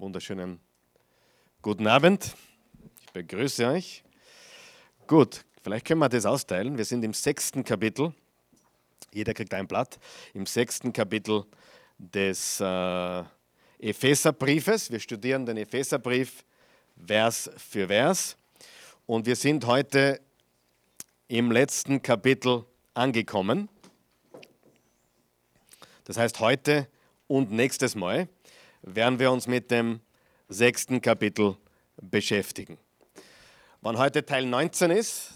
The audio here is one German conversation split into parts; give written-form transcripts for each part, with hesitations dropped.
Wunderschönen guten Abend. Ich begrüße euch. Gut, vielleicht können wir das austeilen. Wir sind im 6. Kapitel. Jeder kriegt ein Blatt. Im 6. Kapitel des Epheserbriefes. Wir studieren den Epheserbrief Vers für Vers. Und wir sind heute im letzten Kapitel angekommen. Das heißt, heute und nächstes Mal werden wir uns mit dem 6. Kapitel beschäftigen. Wenn heute Teil 19 ist,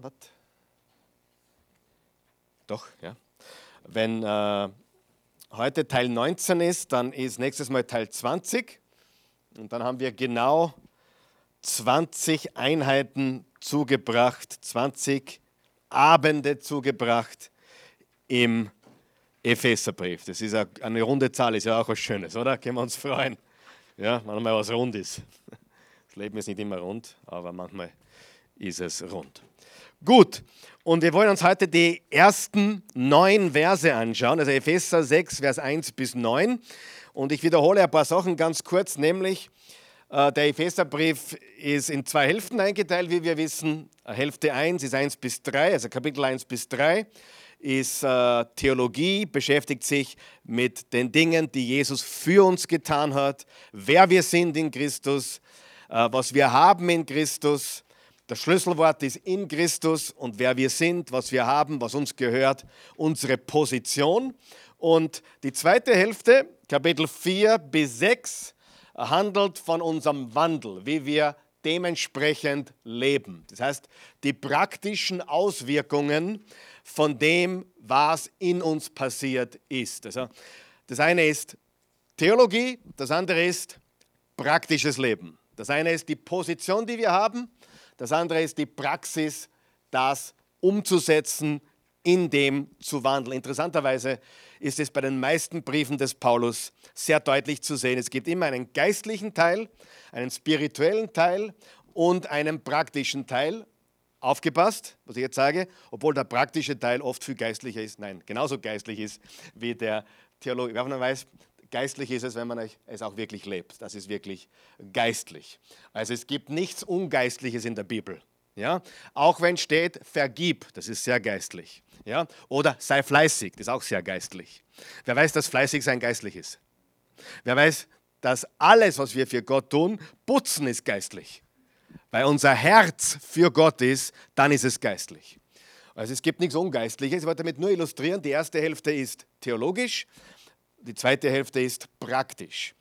Wenn heute Teil 19 ist, dann ist nächstes Mal Teil 20 und dann haben wir genau 20 Einheiten zugebracht, 20 Abende zugebracht im Epheserbrief. Das ist eine runde Zahl, ist ja auch was Schönes, oder? Können wir uns freuen, ja, wenn mal was rund ist. Das Leben ist nicht immer rund, aber manchmal ist es rund. Gut, und wir wollen uns heute die ersten 9 Verse anschauen, also Epheser 6, Vers 1 bis 9. Und ich wiederhole ein paar Sachen ganz kurz, nämlich der Epheserbrief ist in 2 Hälften eingeteilt, wie wir wissen. Hälfte 1 ist 1 bis 3, also Kapitel 1 bis 3. Ist Theologie, beschäftigt sich mit den Dingen, die Jesus für uns getan hat, wer wir sind in Christus, was wir haben in Christus. Das Schlüsselwort ist in Christus und wer wir sind, was wir haben, was uns gehört, unsere Position. Und die zweite Hälfte, Kapitel 4 bis 6, handelt von unserem Wandel, wie wir dementsprechend leben. Das heißt, die praktischen Auswirkungen von dem, was in uns passiert ist. Also, das eine ist Theologie, das andere ist praktisches Leben. Das eine ist die Position, die wir haben, das andere ist die Praxis, das umzusetzen, in dem zu wandeln. Interessanterweise ist es bei den meisten Briefen des Paulus sehr deutlich zu sehen. Es gibt immer einen geistlichen Teil, einen spirituellen Teil und einen praktischen Teil. Aufgepasst, was ich jetzt sage, obwohl der praktische Teil oft viel geistlicher ist. Nein, genauso geistlich ist wie der Theologie. Wer man weiß, geistlich ist es, wenn man es auch wirklich lebt. Das ist wirklich geistlich. Also es gibt nichts Ungeistliches in der Bibel. Ja? Auch wenn steht, vergib, das ist sehr geistlich. Ja? Oder sei fleißig, das ist auch sehr geistlich. Wer weiß, dass fleißig sein geistlich ist? Wer weiß, dass alles, was wir für Gott tun, putzen ist geistlich. Weil unser Herz für Gott ist, dann ist es geistlich. Also es gibt nichts Ungeistliches. Ich wollte damit nur illustrieren, die erste Hälfte ist theologisch, die zweite Hälfte ist praktisch.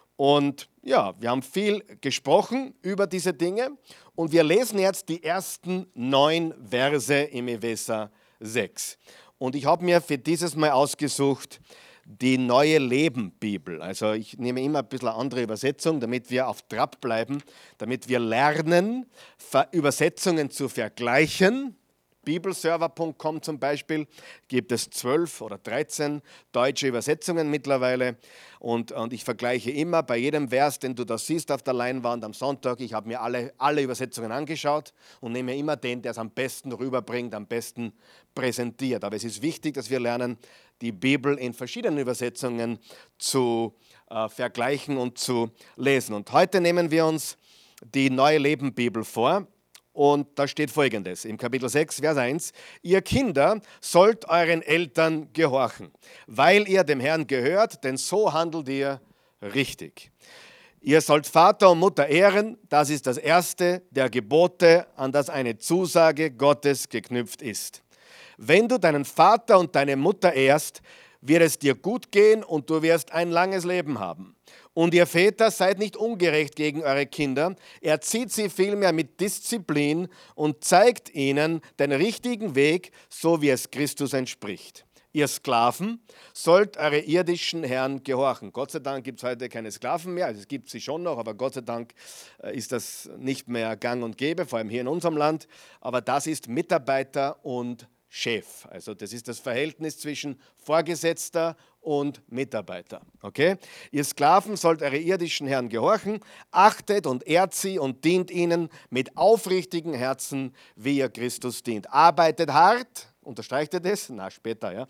Und ja, wir haben viel gesprochen über diese Dinge und wir lesen jetzt die ersten 9 Verse im Epheser 6. Und ich habe mir für dieses Mal ausgesucht, die Neue Leben Bibel. Also ich nehme immer ein bisschen eine andere Übersetzung, damit wir auf Trab bleiben, damit wir lernen, Übersetzungen zu vergleichen. Bibelserver.com zum Beispiel gibt es 12 oder 13 deutsche Übersetzungen mittlerweile und ich vergleiche immer bei jedem Vers, den du da siehst auf der Leinwand am Sonntag, ich habe mir alle Übersetzungen angeschaut und nehme immer den, der es am besten rüberbringt, am besten präsentiert. Aber es ist wichtig, dass wir lernen, die Bibel in verschiedenen Übersetzungen zu vergleichen und zu lesen. Und heute nehmen wir uns die Neue Leben Bibel vor. Und da steht Folgendes im Kapitel 6, Vers 1. Ihr Kinder sollt euren Eltern gehorchen, weil ihr dem Herrn gehört, denn so handelt ihr richtig. Ihr sollt Vater und Mutter ehren, das ist das erste der Gebote, an das eine Zusage Gottes geknüpft ist. Wenn du deinen Vater und deine Mutter ehrst, wird es dir gut gehen und du wirst ein langes Leben haben. Und ihr Väter, seid nicht ungerecht gegen eure Kinder, erzieht sie vielmehr mit Disziplin und zeigt ihnen den richtigen Weg, so wie es Christus entspricht. Ihr Sklaven, sollt eure irdischen Herren gehorchen. Gott sei Dank gibt es heute keine Sklaven mehr, also es gibt sie schon noch, aber Gott sei Dank ist das nicht mehr gang und gäbe, vor allem hier in unserem Land. Aber das ist Mitarbeiter und Chef. Also das ist das Verhältnis zwischen Vorgesetzter und Mitarbeiter. Okay? Ihr Sklaven sollt eure irdischen Herren gehorchen, achtet und ehrt sie und dient ihnen mit aufrichtigem Herzen, wie ihr Christus dient. Arbeitet hart, unterstreicht ihr das? Na, später, ja.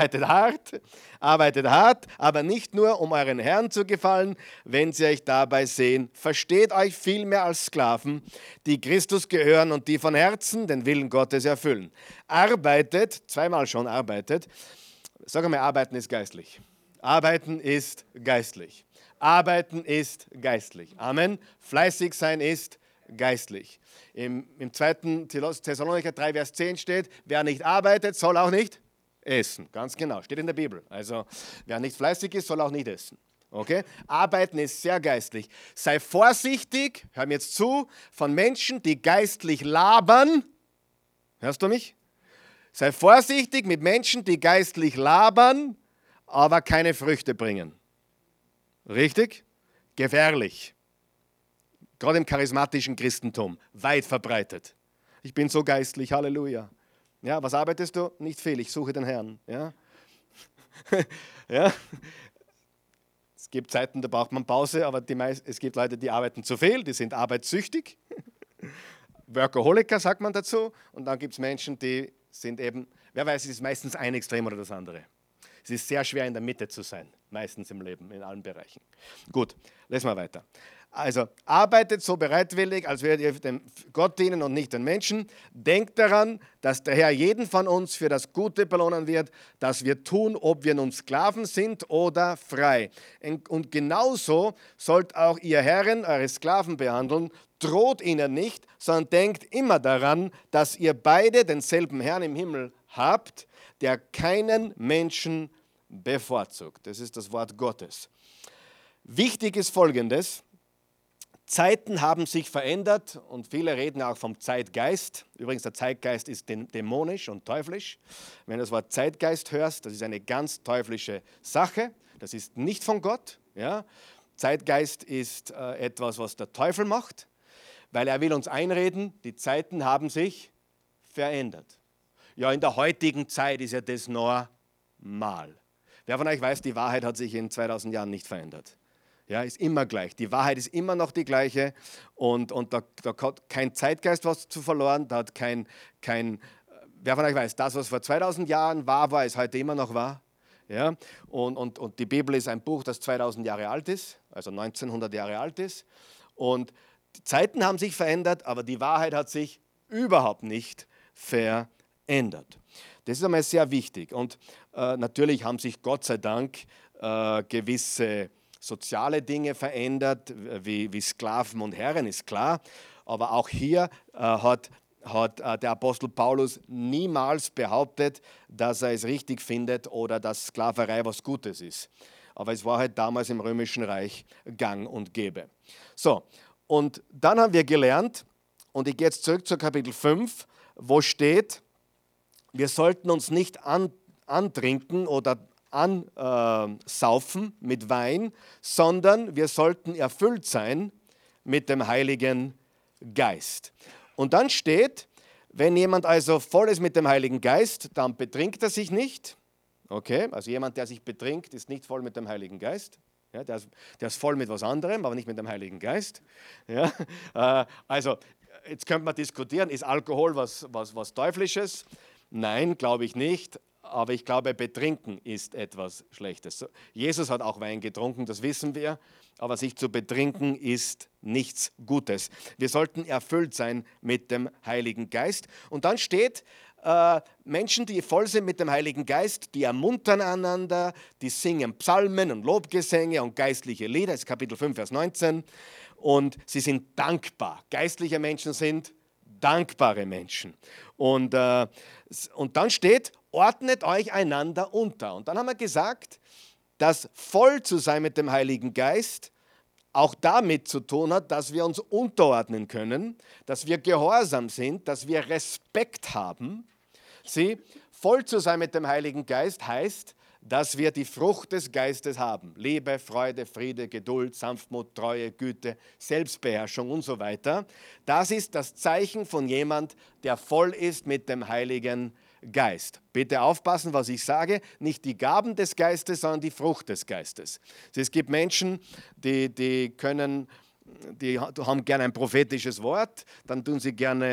Arbeitet hart, aber nicht nur, um euren Herrn zu gefallen, wenn sie euch dabei sehen. Versteht euch vielmehr als Sklaven, die Christus gehören und die von Herzen den Willen Gottes erfüllen. Arbeitet, zweimal schon arbeitet. Sag einmal, arbeiten ist geistlich. Arbeiten ist geistlich. Arbeiten ist geistlich. Amen. Fleißig sein ist geistlich. Im 2. Thessalonicher 3, Vers 10 steht, wer nicht arbeitet, soll auch nicht essen. Ganz genau, steht in der Bibel. Also wer nicht fleißig ist, soll auch nicht essen. Okay? Arbeiten ist sehr geistlich. Sei vorsichtig, hör mir jetzt zu, von Menschen, die geistlich labern. Hörst du mich? Sei vorsichtig mit Menschen, die geistlich labern, aber keine Früchte bringen. Richtig? Gefährlich. Gerade im charismatischen Christentum, weit verbreitet. Ich bin so geistlich, Halleluja. Ja, was arbeitest du? Nicht viel, ich suche den Herrn. Ja? Ja? Es gibt Zeiten, da braucht man Pause, aber es gibt Leute, die arbeiten zu viel, die sind arbeitssüchtig. Workaholiker sagt man dazu. Und dann gibt es Menschen, die sind eben, wer weiß, es ist meistens ein Extrem oder das andere. Es ist sehr schwer, in der Mitte zu sein, meistens im Leben, in allen Bereichen. Gut, lesen wir weiter. Also, arbeitet so bereitwillig, als würdet ihr dem Gott dienen und nicht den Menschen. Denkt daran, dass der Herr jeden von uns für das Gute belohnen wird, das wir tun, ob wir nun Sklaven sind oder frei. Und genauso sollt auch ihr Herren eure Sklaven behandeln. Droht ihnen nicht, sondern denkt immer daran, dass ihr beide denselben Herrn im Himmel habt, der keinen Menschen bevorzugt. Das ist das Wort Gottes. Wichtig ist Folgendes: Zeiten haben sich verändert und viele reden auch vom Zeitgeist. Übrigens, der Zeitgeist ist dämonisch und teuflisch. Wenn du das Wort Zeitgeist hörst, das ist eine ganz teuflische Sache. Das ist nicht von Gott. Ja? Zeitgeist ist etwas, was der Teufel macht, weil er will uns einreden, die Zeiten haben sich verändert. Ja, in der heutigen Zeit ist ja das normal. Wer von euch weiß, die Wahrheit hat sich in 2000 Jahren nicht verändert. Ja, ist immer gleich. Die Wahrheit ist immer noch die gleiche und da hat kein Zeitgeist was zu verloren. Da hat wer von euch weiß, das, was vor 2000 Jahren war, ist heute immer noch wahr. Ja? Und die Bibel ist ein Buch, das 2000 Jahre alt ist, also 1900 Jahre alt ist. Und die Zeiten haben sich verändert, aber die Wahrheit hat sich überhaupt nicht verändert. Das ist einmal sehr wichtig. Und natürlich haben sich Gott sei Dank gewisse soziale Dinge verändert, wie Sklaven und Herren, ist klar. Aber auch hier hat der Apostel Paulus niemals behauptet, dass er es richtig findet oder dass Sklaverei was Gutes ist. Aber es war halt damals im Römischen Reich gang und gäbe. So, und dann haben wir gelernt, und ich gehe jetzt zurück zu Kapitel 5, wo steht, wir sollten uns nicht antrinken oder ansaufen mit Wein, sondern wir sollten erfüllt sein mit dem Heiligen Geist. Und dann steht, wenn jemand also voll ist mit dem Heiligen Geist, dann betrinkt er sich nicht. Okay, also jemand, der sich betrinkt, ist nicht voll mit dem Heiligen Geist. Ja, der ist voll mit was anderem, aber nicht mit dem Heiligen Geist. Ja, also jetzt könnte man diskutieren, ist Alkohol was Teuflisches? Nein, glaube ich nicht. Aber ich glaube, betrinken ist etwas Schlechtes. Jesus hat auch Wein getrunken, das wissen wir. Aber sich zu betrinken ist nichts Gutes. Wir sollten erfüllt sein mit dem Heiligen Geist. Und dann steht, Menschen, die voll sind mit dem Heiligen Geist, die ermuntern einander, die singen Psalmen und Lobgesänge und geistliche Lieder. Das ist Kapitel 5, Vers 19. Und sie sind dankbar. Geistliche Menschen sind dankbare Menschen. Und dann steht, ordnet euch einander unter. Und dann haben wir gesagt, dass voll zu sein mit dem Heiligen Geist auch damit zu tun hat, dass wir uns unterordnen können, dass wir gehorsam sind, dass wir Respekt haben. Sieh, voll zu sein mit dem Heiligen Geist heißt, dass wir die Frucht des Geistes haben. Liebe, Freude, Friede, Geduld, Sanftmut, Treue, Güte, Selbstbeherrschung und so weiter. Das ist das Zeichen von jemand, der voll ist mit dem Heiligen Geist. Bitte aufpassen, was ich sage. Nicht die Gaben des Geistes, sondern die Frucht des Geistes. Es gibt Menschen, die haben gerne ein prophetisches Wort, dann tun sie gerne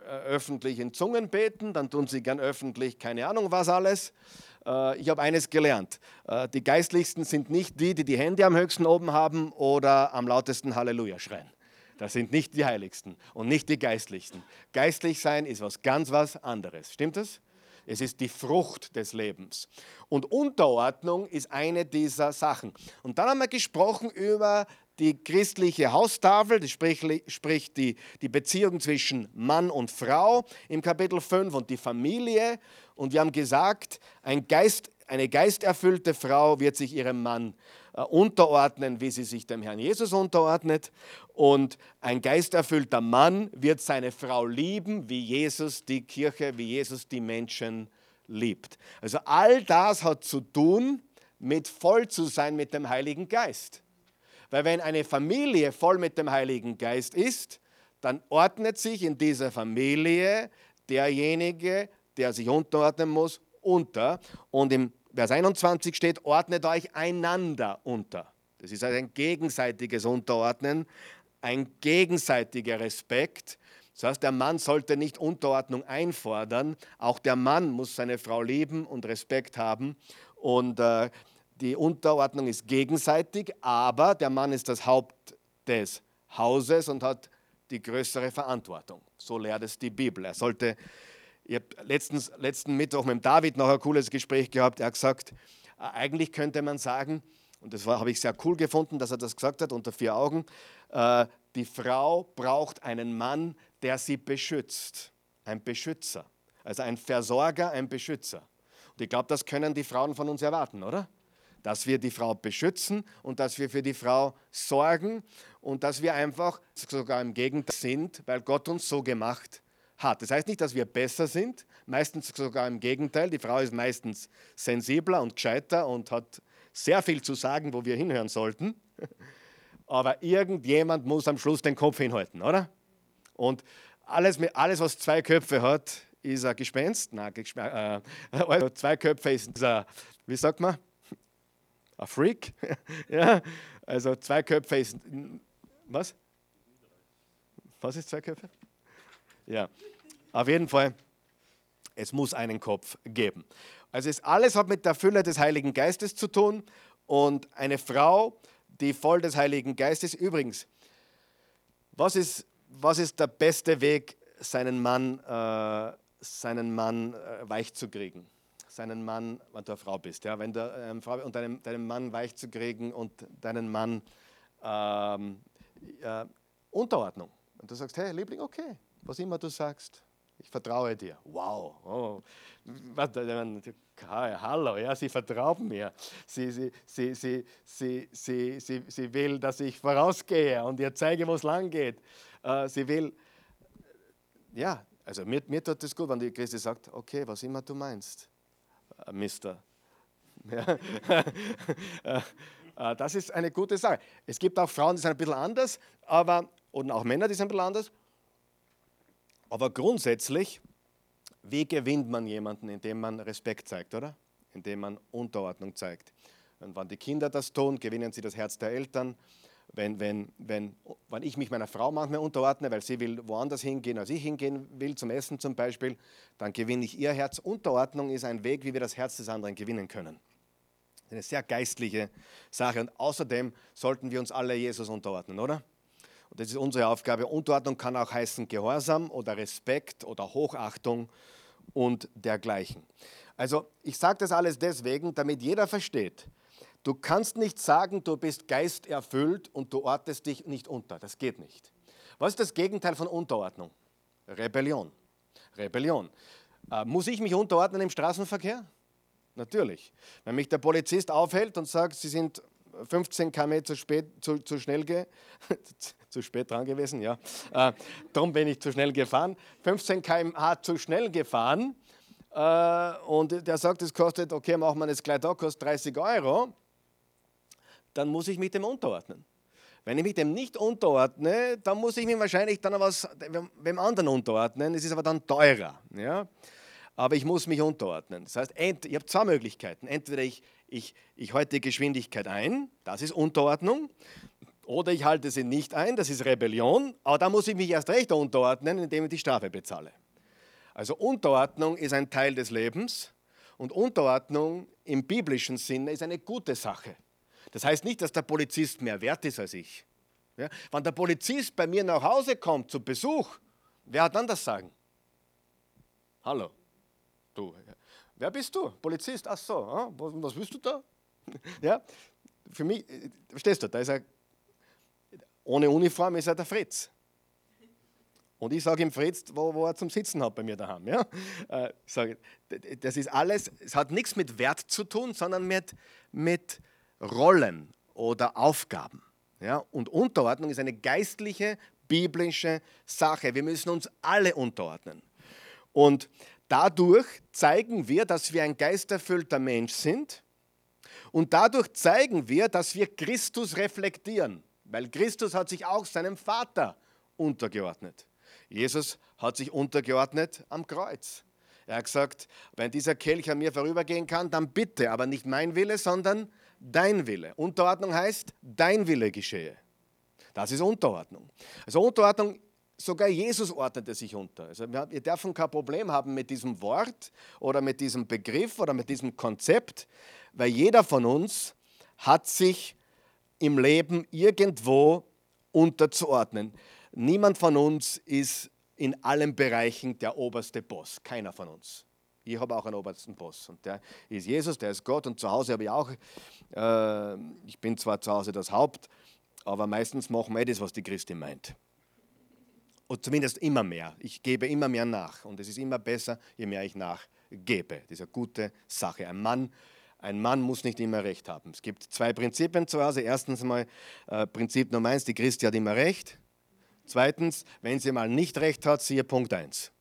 öffentlich in Zungen beten, dann tun sie gern öffentlich keine Ahnung was alles. Ich habe eines gelernt, die Geistlichsten sind nicht die, die die Hände am höchsten oben haben oder am lautesten Halleluja schreien. Das sind nicht die Heiligsten und nicht die Geistlichsten. Geistlich sein ist was anderes. Stimmt das? Es ist die Frucht des Lebens. Und Unterordnung ist eine dieser Sachen. Und dann haben wir gesprochen über die christliche Haustafel, das spricht die Beziehung zwischen Mann und Frau im Kapitel 5 und die Familie. Und wir haben gesagt, eine geisterfüllte Frau wird sich ihrem Mann unterordnen, wie sie sich dem Herrn Jesus unterordnet. Und ein geisterfüllter Mann wird seine Frau lieben, wie Jesus die Kirche, wie Jesus die Menschen liebt. Also all das hat zu tun mit voll zu sein mit dem Heiligen Geist. Weil wenn eine Familie voll mit dem Heiligen Geist ist, dann ordnet sich in dieser Familie derjenige, der sich unterordnen muss, unter. Und im Vers 21 steht, ordnet euch einander unter. Das ist also ein gegenseitiges Unterordnen, ein gegenseitiger Respekt. Das heißt, der Mann sollte nicht Unterordnung einfordern. Auch der Mann muss seine Frau lieben und Respekt haben. Und die Unterordnung ist gegenseitig, aber der Mann ist das Haupt des Hauses und hat die größere Verantwortung. So lehrt es die Bibel. Ich habe letzten Mittwoch mit David noch ein cooles Gespräch gehabt. Er hat gesagt, eigentlich könnte man sagen, und das habe ich sehr cool gefunden, dass er das gesagt hat, unter 4 Augen, die Frau braucht einen Mann, der sie beschützt. Ein Beschützer. Also ein Versorger, ein Beschützer. Und ich glaube, das können die Frauen von uns erwarten, oder? Dass wir die Frau beschützen und dass wir für die Frau sorgen und dass wir einfach sogar im Gegenteil sind, weil Gott uns so gemacht hat. Das heißt nicht, dass wir besser sind, meistens sogar im Gegenteil. Die Frau ist meistens sensibler und gescheiter und hat sehr viel zu sagen, wo wir hinhören sollten. Aber irgendjemand muss am Schluss den Kopf hinhalten, oder? Und alles, was 2 Köpfe hat, ist ein Gespenst. Nein, 2 Köpfe ist ein, wie sagt man? Ein Freak. Ja, also 2 Köpfe ist, was? Was ist 2 Köpfe? Ja, auf jeden Fall, es muss einen Kopf geben. Also alles hat mit der Fülle des Heiligen Geistes zu tun und eine Frau, die voll des Heiligen Geistes, übrigens, was ist der beste Weg, seinen Mann weich zu kriegen? Seinen Mann, wenn du eine Frau bist, ja, wenn du Frau und deinen Mann weich zu kriegen und deinen Mann Unterordnung. Und du sagst, hey Liebling, okay, was immer du sagst, ich vertraue dir. Wow, oh. Hallo, ja, sie vertraut mir. Sie will, dass ich vorausgehe und ihr zeige, wo es lang geht. Sie will, ja, also mir tut es gut, wenn die Christi sagt, okay, was immer du meinst, Mister. Ja. Das ist eine gute Sache. Es gibt auch Frauen, die sind ein bisschen anders, und auch Männer, die sind ein bisschen anders. Aber grundsätzlich, wie gewinnt man jemanden, indem man Respekt zeigt, oder? Indem man Unterordnung zeigt. Und wenn die Kinder das tun, gewinnen sie das Herz der Eltern. Wenn ich mich meiner Frau manchmal unterordne, weil sie will woanders hingehen, als ich hingehen will, zum Essen zum Beispiel, dann gewinne ich ihr Herz. Unterordnung ist ein Weg, wie wir das Herz des anderen gewinnen können. Das ist eine sehr geistliche Sache. Und außerdem sollten wir uns alle Jesus unterordnen, oder? Und das ist unsere Aufgabe. Unterordnung kann auch heißen Gehorsam oder Respekt oder Hochachtung und dergleichen. Also ich sage das alles deswegen, damit jeder versteht. Du kannst nicht sagen, du bist geisterfüllt und du ordnest dich nicht unter. Das geht nicht. Was ist das Gegenteil von Unterordnung? Rebellion. Rebellion. Muss ich mich unterordnen im Straßenverkehr? Natürlich. Wenn mich der Polizist aufhält und sagt, Sie sind 15 km zu schnell zu spät dran gewesen, ja. Darum bin ich zu schnell gefahren. 15 km/h zu schnell gefahren und der sagt, es kostet, okay, machen wir das gleich da, kostet 30 €, dann muss ich mich dem unterordnen. Wenn ich mich dem nicht unterordne, dann muss ich mich wahrscheinlich dann wem anderen unterordnen. Es ist aber dann teurer. Ja? Aber ich muss mich unterordnen. Das heißt, ich habe 2 Möglichkeiten. Entweder ich halte die Geschwindigkeit ein, das ist Unterordnung, Oder ich halte sie nicht ein, das ist Rebellion, aber da muss ich mich erst recht unterordnen, indem ich die Strafe bezahle. Also Unterordnung ist ein Teil des Lebens und Unterordnung im biblischen Sinne ist eine gute Sache. Das heißt nicht, dass der Polizist mehr wert ist als ich. Ja? Wenn der Polizist bei mir nach Hause kommt zu Besuch, wer hat dann das Sagen? Hallo, du. Wer bist du? Polizist? Ach so, was willst du da? Ja? Für mich, verstehst du, da ist er, ohne Uniform ist er der Fritz. Und ich sage ihm Fritz, wo er zum Sitzen hat bei mir daheim. Ja? Das ist alles, es hat nichts mit Wert zu tun, sondern mit Rollen oder Aufgaben. Ja? Und Unterordnung ist eine geistliche, biblische Sache. Wir müssen uns alle unterordnen. Und dadurch zeigen wir, dass wir ein geisterfüllter Mensch sind. Und dadurch zeigen wir, dass wir Christus reflektieren. Weil Christus hat sich auch seinem Vater untergeordnet. Jesus hat sich untergeordnet am Kreuz. Er hat gesagt, wenn dieser Kelch an mir vorübergehen kann, dann bitte, aber nicht mein Wille, sondern dein Wille. Unterordnung heißt, dein Wille geschehe. Das ist Unterordnung. Also Unterordnung, sogar Jesus ordnete sich unter. Also wir dürfen kein Problem haben mit diesem Wort oder mit diesem Begriff oder mit diesem Konzept, weil jeder von uns hat sich im Leben irgendwo unterzuordnen. Niemand von uns ist in allen Bereichen der oberste Boss. Keiner von uns. Ich habe auch einen obersten Boss und der ist Jesus, der ist Gott und zu Hause habe ich auch, ich bin zwar zu Hause das Haupt, aber meistens machen wir das, was die Christin meint. Und zumindest immer mehr. Ich gebe immer mehr nach und es ist immer besser, je mehr ich nachgebe. Das ist eine gute Sache. Ein Mann muss nicht immer Recht haben. Es gibt zwei Prinzipien zu Hause. Erstens mal Prinzip Nummer 1, die Christi hat immer Recht. Zweitens, wenn sie mal nicht Recht hat, siehe Punkt 1.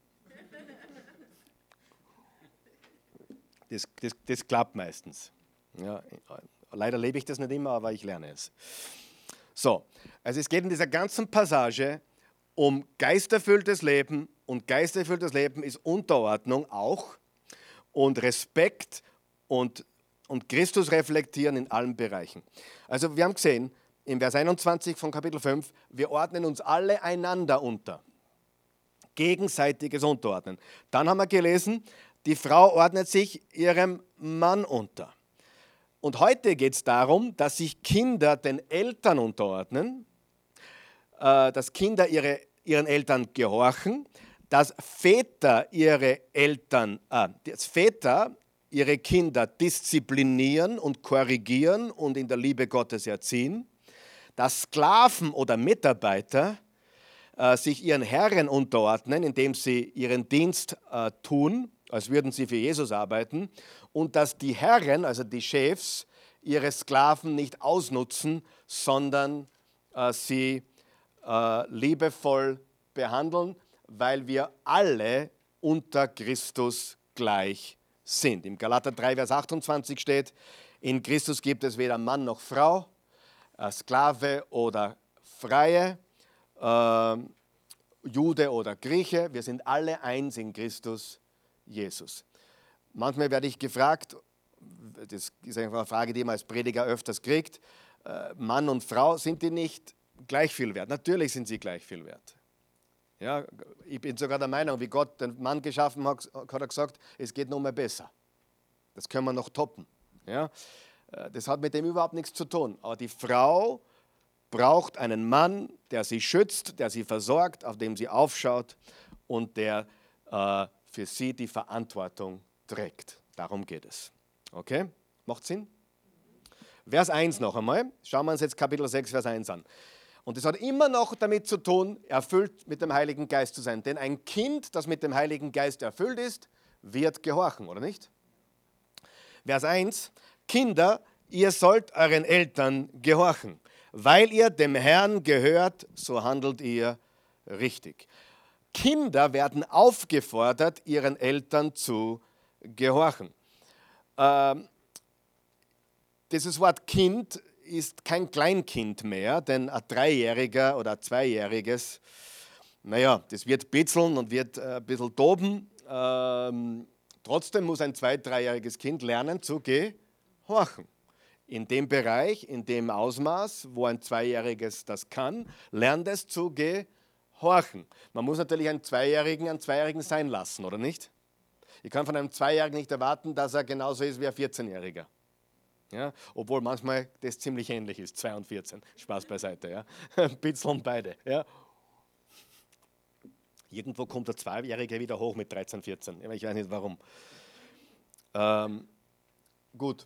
Das klappt meistens. Ja, leider lebe ich das nicht immer, aber ich lerne es. So, also es geht in dieser ganzen Passage um geisterfülltes Leben und geisterfülltes Leben ist Unterordnung auch und Respekt und Christus reflektieren in allen Bereichen. Also wir haben gesehen, in Vers 21 von Kapitel 5, wir ordnen uns alle einander unter. Gegenseitiges Unterordnen. Dann haben wir gelesen, die Frau ordnet sich ihrem Mann unter. Und heute geht es darum, dass sich Kinder den Eltern unterordnen, dass Kinder ihren Eltern gehorchen, dass Väter ihre Kinder disziplinieren und korrigieren und in der Liebe Gottes erziehen, dass Sklaven oder Mitarbeiter sich ihren Herren unterordnen, indem sie ihren Dienst tun, als würden sie für Jesus arbeiten, und dass die Herren, also die Chefs, ihre Sklaven nicht ausnutzen, sondern sie liebevoll behandeln, weil wir alle unter Christus gleich sind. Im Galater 3, Vers 28 steht, in Christus gibt es weder Mann noch Frau, Sklave oder Freie, Jude oder Grieche, wir sind alle eins in Christus Jesus. Manchmal werde ich gefragt, das ist einfach eine Frage, die man als Prediger öfters kriegt, Mann und Frau, sind die nicht gleich viel wert? Natürlich sind sie gleich viel wert. Ja, ich bin sogar der Meinung, wie Gott den Mann geschaffen hat, hat er gesagt, es geht noch mal besser. Das können wir noch toppen. Ja? Das hat mit dem überhaupt nichts zu tun. Aber die Frau braucht einen Mann, der sie schützt, der sie versorgt, auf dem sie aufschaut und der für sie die Verantwortung trägt. Darum geht es. Okay? Macht Sinn? Vers 1 noch einmal. Schauen wir uns jetzt Kapitel 6, Vers 1 an. Und es hat immer noch damit zu tun, erfüllt mit dem Heiligen Geist zu sein. Denn ein Kind, das mit dem Heiligen Geist erfüllt ist, wird gehorchen, oder nicht? Vers 1. Kinder, ihr sollt euren Eltern gehorchen. Weil ihr dem Herrn gehört, so handelt ihr richtig. Kinder werden aufgefordert, ihren Eltern zu gehorchen. Dieses Wort Kind ist kein Kleinkind mehr, denn ein Dreijähriger oder ein Zweijähriges, naja, das wird bitzeln und wird ein bisschen toben. Trotzdem muss ein 2-, 3-jähriges Kind lernen zu gehorchen. in dem Bereich, in dem Ausmaß, wo ein Zweijähriges das kann, lernt es zu gehorchen. Man muss natürlich einen Zweijährigen sein lassen, oder nicht? Ich kann von einem Zweijährigen nicht erwarten, dass er genauso ist wie ein 14-Jähriger. Ja? Obwohl manchmal das ziemlich ähnlich ist, 2 und 14. Spaß beiseite. Ja? Ein bisschen beide. Ja? Irgendwo kommt der Zweijährige wieder hoch mit 13, 14. Ich weiß nicht warum. Gut.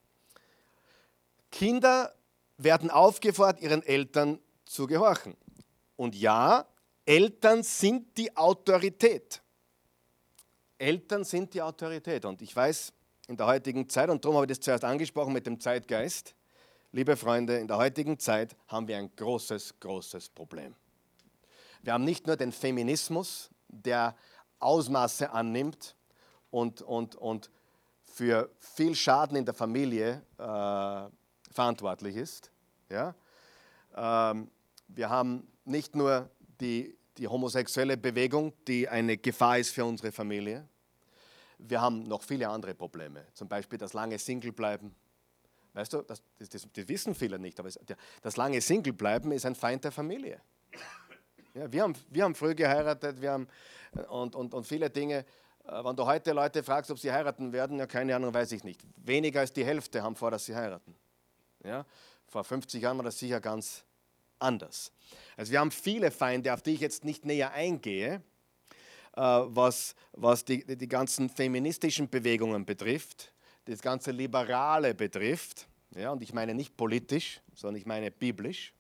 Kinder werden aufgefordert, ihren Eltern zu gehorchen. Und ja, Eltern sind die Autorität. Eltern sind die Autorität. Und ich weiß, in der heutigen Zeit, und darum habe ich das zuerst angesprochen mit dem Zeitgeist, liebe Freunde, in der heutigen Zeit haben wir ein großes, großes Problem. Wir haben nicht nur den Feminismus, der Ausmaße annimmt und für viel Schaden in der Familie verantwortlich ist. Ja? Wir haben nicht nur die homosexuelle Bewegung, die eine Gefahr ist für unsere Familie. Wir haben noch viele andere Probleme, zum Beispiel das lange Singlebleiben. Weißt du, das wissen viele nicht, aber das lange Singlebleiben ist ein Feind der Familie. Ja, wir haben früh geheiratet, und viele Dinge. Wenn du heute Leute fragst, ob sie heiraten werden, ja, keine Ahnung, weiß ich nicht. Weniger als die Hälfte haben vor, dass sie heiraten. Ja? Vor 50 Jahren war das sicher ganz anders. Also wir haben viele Feinde, auf die ich jetzt nicht näher eingehe, was die ganzen feministischen Bewegungen betrifft, das ganze Liberale betrifft. Ja? Und ich meine nicht politisch, sondern ich meine biblisch.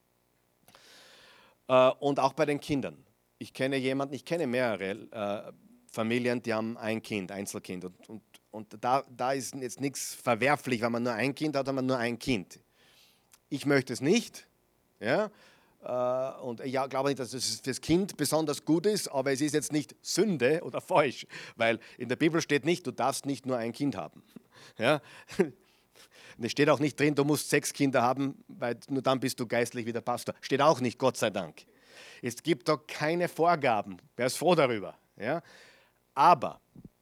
Und auch bei den Kindern. Ich kenne mehrere Familien, die haben ein Kind, Einzelkind. Und da ist jetzt nichts verwerflich, wenn man nur ein Kind hat, hat man nur ein Kind. Ich möchte es nicht. Ja? Und ich glaube nicht, dass es für das Kind besonders gut ist, aber es ist jetzt nicht Sünde oder falsch, weil in der Bibel steht nicht, du darfst nicht nur ein Kind haben. Ja? Es steht auch nicht drin, du musst 6 Kinder haben, weil nur dann bist du geistlich wie der Pastor. Steht auch nicht, Gott sei Dank. Es gibt da keine Vorgaben. Wer ist froh darüber? Ja? Aber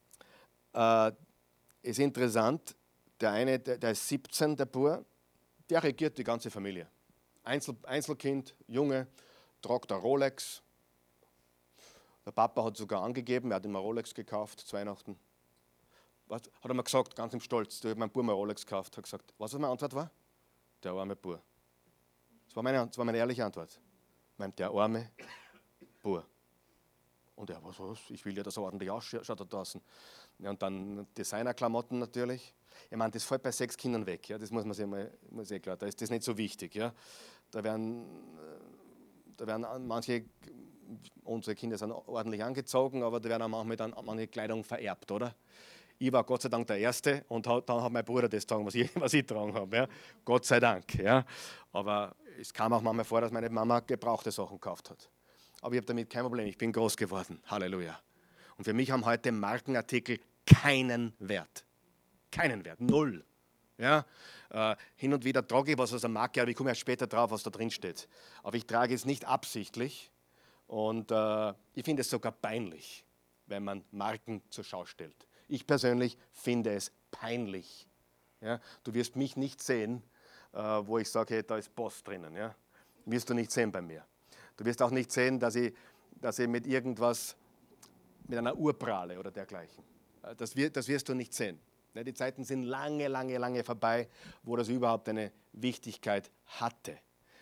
ist interessant, der eine, der ist 17, der Bur, der regiert die ganze Familie. Einzelkind, Junge, tragt eine Rolex. Der Papa hat sogar angegeben, er hat ihm eine Rolex gekauft zu Weihnachten. Hat er mir gesagt, ganz im Stolz, du hast meinem Bub eine Rolex gekauft. Hat gesagt, was meine Antwort war? Der arme Bub. Das war meine ehrliche Antwort. Der arme Bub. Und er, was? Ich will ja, dass er ordentlich ausschaut da draußen. Ja, und dann Designerklamotten natürlich. Ich meine, das fällt bei 6 Kindern weg. Ja, das muss man sich mal klar. Da ist das nicht so wichtig. Ja. Da werden manche, unsere Kinder sind ordentlich angezogen, aber da werden auch manchmal dann manche Kleidung vererbt, oder? Ich war Gott sei Dank der Erste und dann hat mein Bruder das getragen, was ich getragen habe. Ja. Gott sei Dank. Ja. Aber es kam auch manchmal vor, dass meine Mama gebrauchte Sachen gekauft hat. Aber ich habe damit kein Problem. Ich bin groß geworden. Halleluja. Und für mich haben heute Markenartikel keinen Wert. Keinen Wert. Null. Ja? Hin und wieder trage ich was aus der Marke, aber ich komme erst später drauf, was da drin steht. Aber ich trage es nicht absichtlich. Und ich finde es sogar peinlich, wenn man Marken zur Schau stellt. Ich persönlich finde es peinlich. Ja? Du wirst mich nicht sehen, wo ich sage, hey, da ist Boss drinnen. Ja? Wirst du nicht sehen bei mir. Du wirst auch nicht sehen, dass ich mit irgendwas, mit einer Uhr prahle oder dergleichen. Das wirst du nicht sehen. Die Zeiten sind lange, lange, lange vorbei, wo das überhaupt eine Wichtigkeit hatte.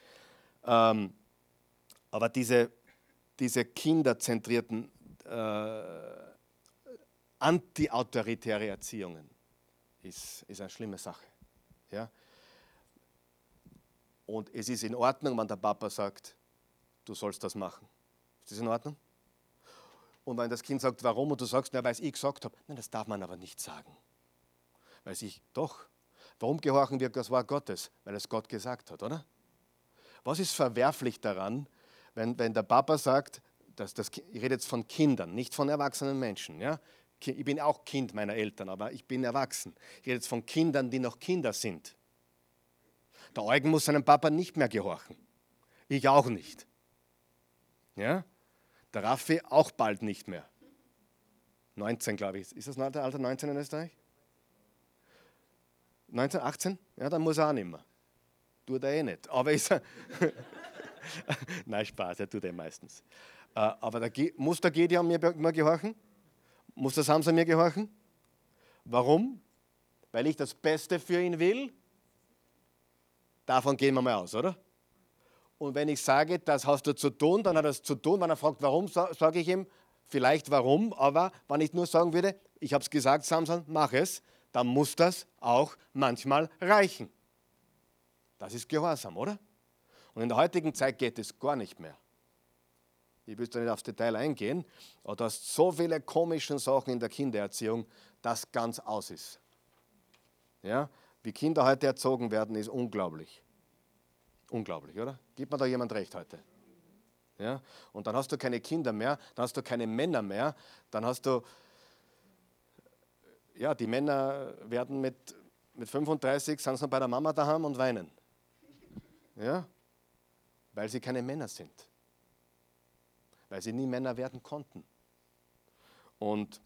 Aber diese kinderzentrierten, anti-autoritäre Erziehungen ist eine schlimme Sache. Ja? Und es ist in Ordnung, wenn der Papa sagt, du sollst das machen. Ist das in Ordnung? Und wenn das Kind sagt, warum, und du sagst, na, weil ich gesagt habe, nein, das darf man aber nicht sagen. Weiß ich, doch. Warum gehorchen wir das Wort Gottes? Weil es Gott gesagt hat, oder? Was ist verwerflich daran, wenn der Papa sagt, ich rede jetzt von Kindern, nicht von erwachsenen Menschen. Ja? Ich bin auch Kind meiner Eltern, aber ich bin erwachsen. Ich rede jetzt von Kindern, die noch Kinder sind. Der Eugen muss seinem Papa nicht mehr gehorchen. Ich auch nicht. Ja? Der Raffi auch bald nicht mehr. 19, glaube ich. Ist das der Alter 19 in Österreich? 19, 18? Ja, dann muss er auch nicht mehr. Tut er eh nicht. Aber ist er. Nein, Spaß, er tut meistens. Aber muss der Gideon mir gehorchen? Muss der Samson mir gehorchen? Warum? Weil ich das Beste für ihn will? Davon gehen wir mal aus, oder? Und wenn ich sage, das hast du zu tun, dann hat er es zu tun. Wenn er fragt, warum, sage ich ihm vielleicht warum. Aber wenn ich nur sagen würde, ich habe es gesagt, Samson, mach es, dann muss das auch manchmal reichen. Das ist Gehorsam, oder? Und in der heutigen Zeit geht es gar nicht mehr. Ich will da nicht aufs Detail eingehen, aber du hast so viele komische Sachen in der Kindererziehung, dass ganz aus ist. Ja? Wie Kinder heute erzogen werden, ist unglaublich. Unglaublich, oder? Gibt mir da jemand recht heute? Ja? Und dann hast du keine Kinder mehr, dann hast du keine Männer mehr, dann hast du, ja, die Männer werden mit 35, sind sie noch bei der Mama daheim und weinen. Ja? Weil sie keine Männer sind. Weil sie nie Männer werden konnten. Und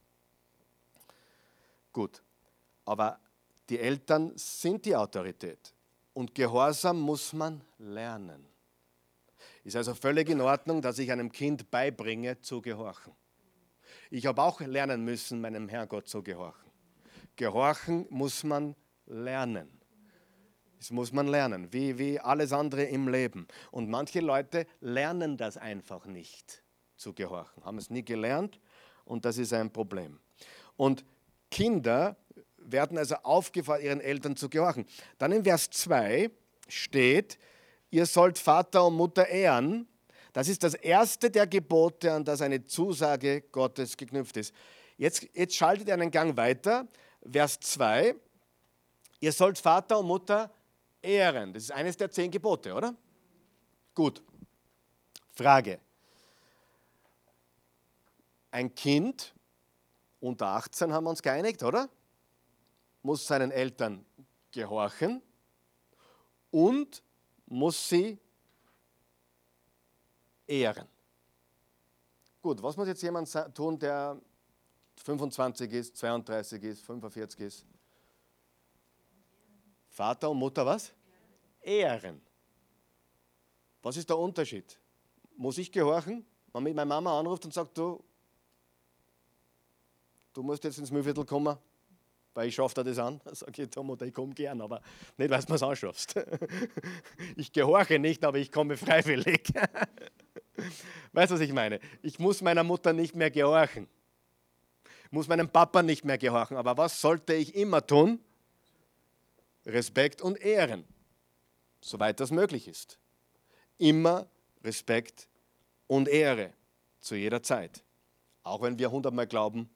gut, aber die Eltern sind die Autorität. Und Gehorsam muss man lernen. Ist also völlig in Ordnung, dass ich einem Kind beibringe, zu gehorchen. Ich habe auch lernen müssen, meinem Herrgott zu gehorchen. Gehorchen muss man lernen. Das muss man lernen, wie alles andere im Leben. Und manche Leute lernen das einfach nicht, zu gehorchen. Haben es nie gelernt und das ist ein Problem. Und Kinder werden also aufgefordert, ihren Eltern zu gehorchen. Dann in Vers 2 steht, ihr sollt Vater und Mutter ehren. Das ist das erste der Gebote, an das eine Zusage Gottes geknüpft ist. Jetzt schaltet er einen Gang weiter. Vers 2, ihr sollt Vater und Mutter ehren. Das ist eines der 10 Gebote, oder? Gut. Frage. Ein Kind unter 18 haben wir uns geeinigt, oder? Muss seinen Eltern gehorchen und muss sie ehren. Gut, was muss jetzt jemand tun, der 25 ist, 32 ist, 45 ist? Vater und Mutter was? Ehren. Was ist der Unterschied? Muss ich gehorchen? Wenn mich meine Mama anruft und sagt, du musst jetzt ins Müllviertel kommen, weil ich schaffe dir das an. Dann sage ich, Mutter, ich komme gern, aber nicht, weil du mir es anschaffst. Ich gehorche nicht, aber ich komme freiwillig. Weißt du, was ich meine? Ich muss meiner Mutter nicht mehr gehorchen. Ich muss meinem Papa nicht mehr gehorchen. Aber was sollte ich immer tun? Respekt und Ehren, soweit das möglich ist. Immer Respekt und Ehre, zu jeder Zeit. Auch wenn wir 100-mal glauben,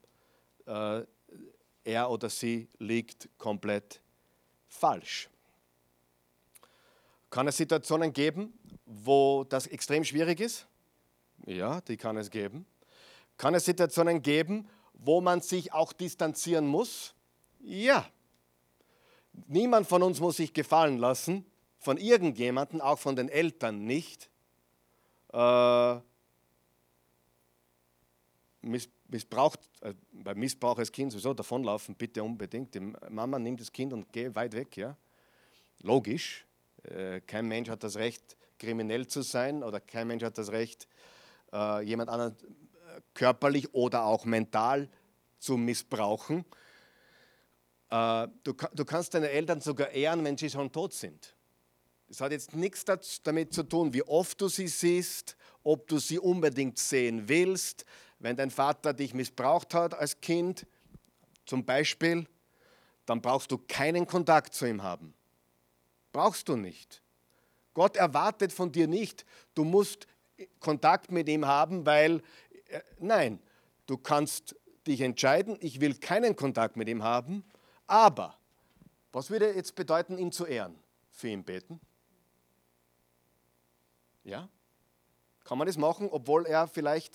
er oder sie liegt komplett falsch. Kann es Situationen geben, wo das extrem schwierig ist? Ja, die kann es geben. Kann es Situationen geben, wo man sich auch distanzieren muss? Ja. Niemand von uns muss sich gefallen lassen, von irgendjemandem, auch von den Eltern nicht. Bei Missbrauch als Kind sowieso davonlaufen, bitte unbedingt. Die Mama nimmt das Kind und geht weit weg. Ja? Logisch. Kein Mensch hat das Recht, kriminell zu sein oder kein Mensch hat das Recht, jemand anderen körperlich oder auch mental zu missbrauchen. Du kannst deine Eltern sogar ehren, wenn sie schon tot sind. Das hat jetzt nichts damit zu tun, wie oft du sie siehst, ob du sie unbedingt sehen willst. Wenn dein Vater dich missbraucht hat als Kind, zum Beispiel, dann brauchst du keinen Kontakt zu ihm haben. Brauchst du nicht. Gott erwartet von dir nicht, du musst Kontakt mit ihm haben, weil, nein, du kannst dich entscheiden, ich will keinen Kontakt mit ihm haben, aber was würde jetzt bedeuten, ihn zu ehren? Für ihn beten? Ja? Kann man das machen, obwohl er vielleicht,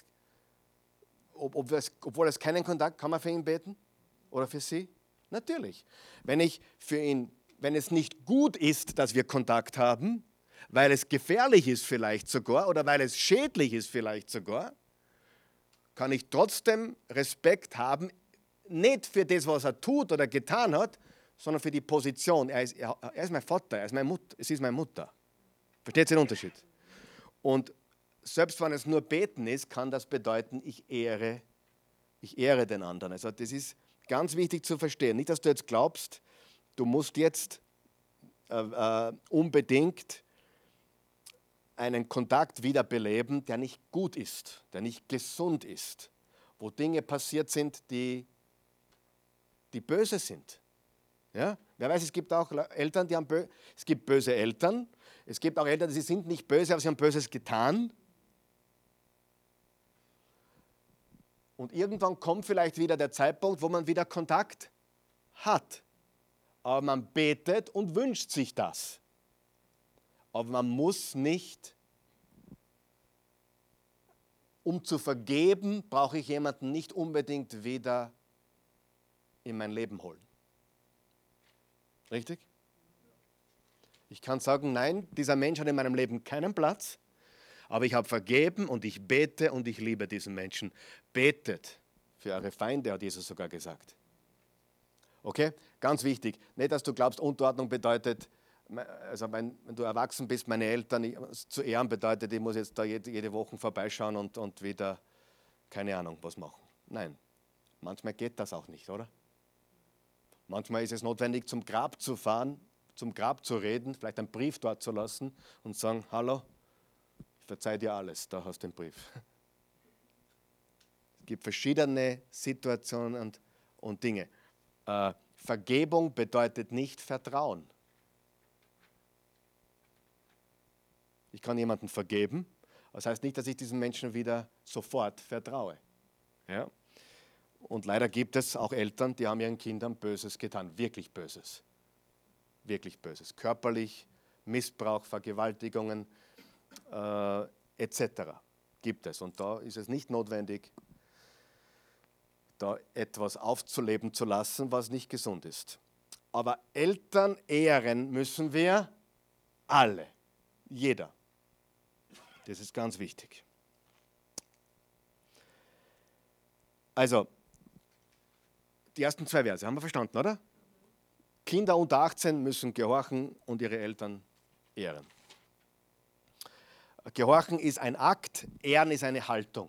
obwohl es keinen Kontakt, kann man für ihn beten? Oder für sie? Natürlich. Wenn es nicht gut ist, dass wir Kontakt haben, weil es gefährlich ist vielleicht sogar oder weil es schädlich ist vielleicht sogar, kann ich trotzdem Respekt haben, nicht für das, was er tut oder getan hat, sondern für die Position. Er ist mein Vater, er ist meine Mutter, es ist meine Mutter. Versteht ihr den Unterschied? Und selbst wenn es nur beten ist, kann das bedeuten, ich ehre den anderen. Also das ist ganz wichtig zu verstehen. Nicht, dass du jetzt glaubst, du musst jetzt unbedingt einen Kontakt wiederbeleben, der nicht gut ist, der nicht gesund ist, wo Dinge passiert sind, die böse sind. Ja? Wer weiß, es gibt auch Eltern, es gibt böse Eltern, es gibt auch Eltern, sie sind nicht böse, aber sie haben Böses getan. Und irgendwann kommt vielleicht wieder der Zeitpunkt, wo man wieder Kontakt hat. Aber man betet und wünscht sich das. Aber man muss nicht, um zu vergeben, brauche ich jemanden nicht unbedingt wieder in mein Leben holen. Richtig? Ich kann sagen, nein, dieser Mensch hat in meinem Leben keinen Platz, aber ich habe vergeben und ich bete und ich liebe diesen Menschen. Betet für eure Feinde, hat Jesus sogar gesagt. Okay? Ganz wichtig. Nicht, dass du glaubst, Unterordnung bedeutet, also wenn du erwachsen bist, meine Eltern zu ehren bedeutet, ich muss jetzt da jede Woche vorbeischauen und wieder, keine Ahnung, was machen. Nein, manchmal geht das auch nicht, oder? Manchmal ist es notwendig, zum Grab zu fahren, zum Grab zu reden, vielleicht einen Brief dort zu lassen und sagen, hallo, ich verzeihe dir alles, da hast du den Brief. Es gibt verschiedene Situationen und Dinge. Vergebung bedeutet nicht Vertrauen. Ich kann jemanden vergeben, das heißt nicht, dass ich diesen Menschen wieder sofort vertraue. Ja? Und leider gibt es auch Eltern, die haben ihren Kindern Böses getan, wirklich Böses. Wirklich Böses. Körperlich, Missbrauch, Vergewaltigungen etc. gibt es. Und da ist es nicht notwendig, da etwas aufzuleben zu lassen, was nicht gesund ist. Aber Eltern ehren müssen wir alle. Jeder. Das ist ganz wichtig. Also, die ersten 2 Verse haben wir verstanden, oder? Kinder unter 18 müssen gehorchen und ihre Eltern ehren. Gehorchen ist ein Akt, Ehren ist eine Haltung.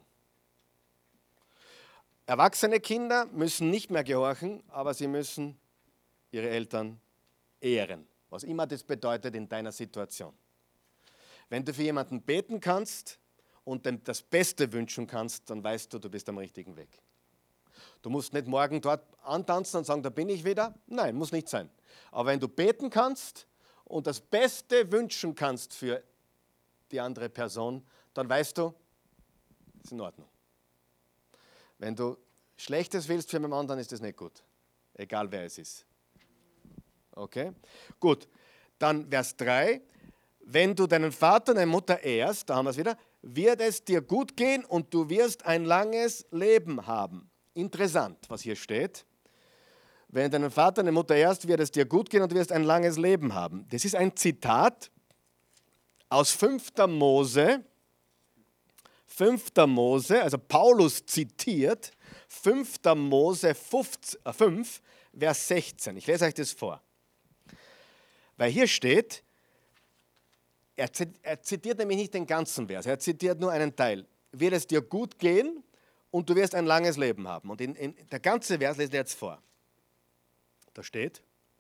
Erwachsene Kinder müssen nicht mehr gehorchen, aber sie müssen ihre Eltern ehren, was immer das bedeutet in deiner Situation. Wenn du für jemanden beten kannst und dem das Beste wünschen kannst, dann weißt du, du bist am richtigen Weg. Du musst nicht morgen dort antanzen und sagen, da bin ich wieder. Nein, muss nicht sein. Aber wenn du beten kannst und das Beste wünschen kannst für die andere Person, dann weißt du, ist in Ordnung. Wenn du Schlechtes willst für jemand anderen, ist das nicht gut. Egal wer es ist. Okay? Gut. Dann Vers 3. Wenn du deinen Vater und deine Mutter ehrst, da haben wir es wieder, wird es dir gut gehen und du wirst ein langes Leben haben. Interessant, was hier steht. Wenn du deinen Vater und deine Mutter ehrst, wird es dir gut gehen und du wirst ein langes Leben haben. Das ist ein Zitat aus 5. Mose. 5. Mose, also Paulus zitiert 5. Mose 5, Vers 16. Ich lese euch das vor. Weil hier steht, er zitiert nämlich nicht den ganzen Vers, er zitiert nur einen Teil. Wird es dir gut gehen und du wirst ein langes Leben haben. Und in der ganze Vers lese ich jetzt vor. Da steht,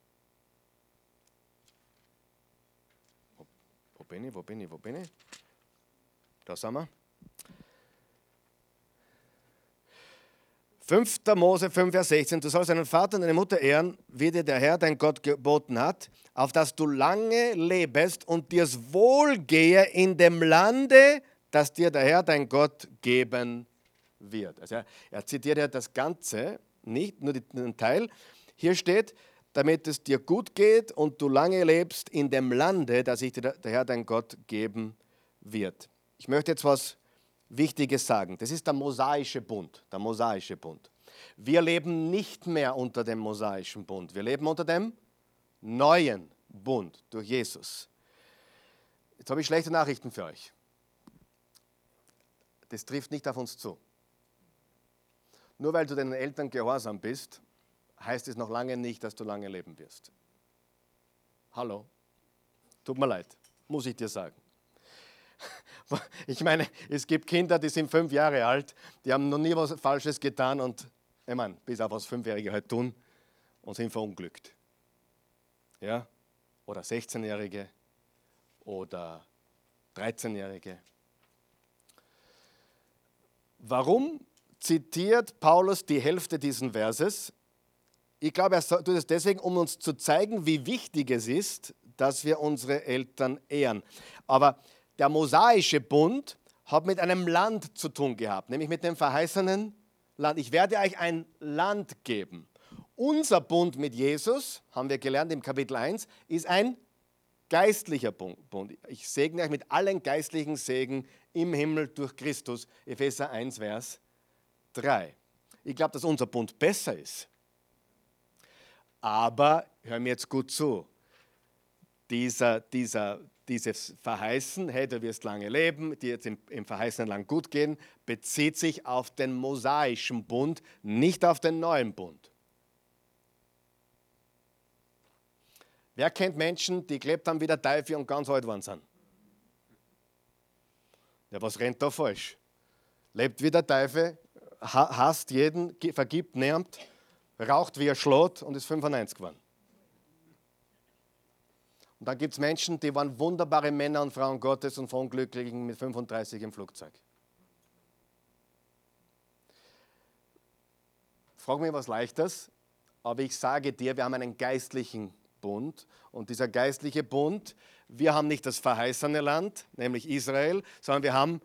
wo bin ich? Da sind wir. 5. Mose 5, Vers 16, du sollst deinen Vater und deine Mutter ehren, wie dir der Herr, dein Gott, geboten hat, auf dass du lange lebest und dir's wohlgehe in dem Lande, das dir der Herr, dein Gott, geben wird. Also er zitiert ja das Ganze, nicht nur den Teil. Hier steht, damit es dir gut geht und du lange lebst in dem Lande, das dir der Herr, dein Gott, geben wird. Ich möchte jetzt was Wichtiges sagen. Das ist der mosaische Bund. Der mosaische Bund. Wir leben nicht mehr unter dem mosaischen Bund. Wir leben unter dem neuen Bund durch Jesus. Jetzt habe ich schlechte Nachrichten für euch. Das trifft nicht auf uns zu. Nur weil du deinen Eltern gehorsam bist, heißt es noch lange nicht, dass du lange leben wirst. Hallo? Tut mir leid, muss ich dir sagen. Ich meine, es gibt Kinder, die sind 5 Jahre alt, die haben noch nie was Falsches getan und, ich meine, bis auf was 5-Jährige halt tun und sind verunglückt. Ja? Oder 16-Jährige oder 13-Jährige. Warum zitiert Paulus die Hälfte dieses Verses? Ich glaube, er tut es deswegen, um uns zu zeigen, wie wichtig es ist, dass wir unsere Eltern ehren. Aber der mosaische Bund hat mit einem Land zu tun gehabt, nämlich mit dem verheißenen Land. Ich werde euch ein Land geben. Unser Bund mit Jesus, haben wir gelernt im Kapitel 1, ist ein geistlicher Bund. Ich segne euch mit allen geistlichen Segen im Himmel durch Christus. Epheser 1, Vers 3. Ich glaube, dass unser Bund besser ist. Aber, hör mir jetzt gut zu, dieses Verheißen, hey, du wirst lange leben, dir jetzt im verheißenen Land gut gehen, bezieht sich auf den mosaischen Bund, nicht auf den neuen Bund. Wer kennt Menschen, die gelebt haben wie der Teufel und ganz alt geworden sind? Ja, was rennt da falsch? Lebt wie der Teufel, hasst jeden, vergibt niemand, raucht wie ein Schlot und ist 95 geworden. Und dann gibt es Menschen, die waren wunderbare Männer und Frauen Gottes und verunglücklichen mit 35 im Flugzeug. Frag mich was Leichtes, aber ich sage dir, wir haben einen geistlichen Bund. Und dieser geistliche Bund, wir haben nicht das verheißene Land, nämlich Israel, sondern wir haben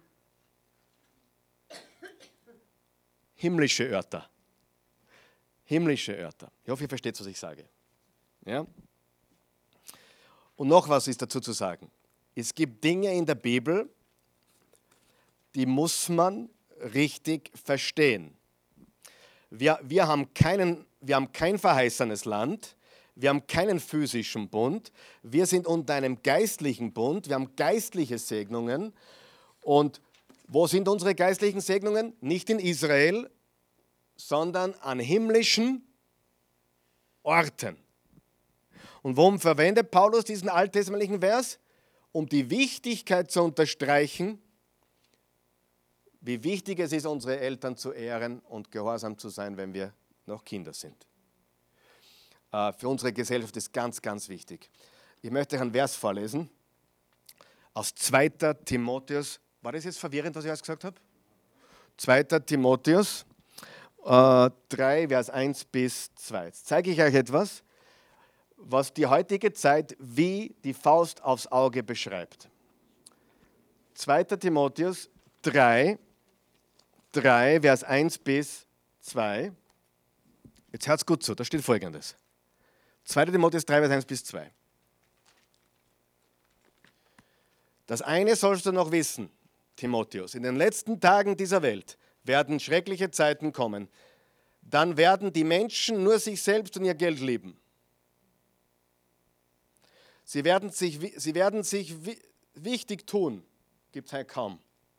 himmlische Örter. Himmlische Örter. Ich hoffe, ihr versteht, was ich sage. Ja? Und noch was ist dazu zu sagen. Es gibt Dinge in der Bibel, die muss man richtig verstehen. Wir haben kein verheißenes Land, wir haben keinen physischen Bund, wir sind unter einem geistlichen Bund, wir haben geistliche Segnungen. Und wo sind unsere geistlichen Segnungen? Nicht in Israel, sondern an himmlischen Orten. Und warum verwendet Paulus diesen alttestamentlichen Vers? Um die Wichtigkeit zu unterstreichen, wie wichtig es ist, unsere Eltern zu ehren und gehorsam zu sein, wenn wir noch Kinder sind. Für unsere Gesellschaft ist ganz, ganz wichtig. Ich möchte euch einen Vers vorlesen aus 2. Timotheus. War das jetzt verwirrend, was ich jetzt gesagt habe? 2. Timotheus 3, Vers 1 bis 2. Jetzt zeige ich euch etwas, was die heutige Zeit wie die Faust aufs Auge beschreibt. 2. Timotheus 3, Vers 1 bis 2. Jetzt hört's gut zu, da steht Folgendes. 2. Timotheus 3, Vers 1 bis 2. Das eine sollst du noch wissen, Timotheus. In den letzten Tagen dieser Welt werden schreckliche Zeiten kommen. Dann werden die Menschen nur sich selbst und ihr Geld lieben. Sie werden sich wichtig tun, gibt es halt kaum.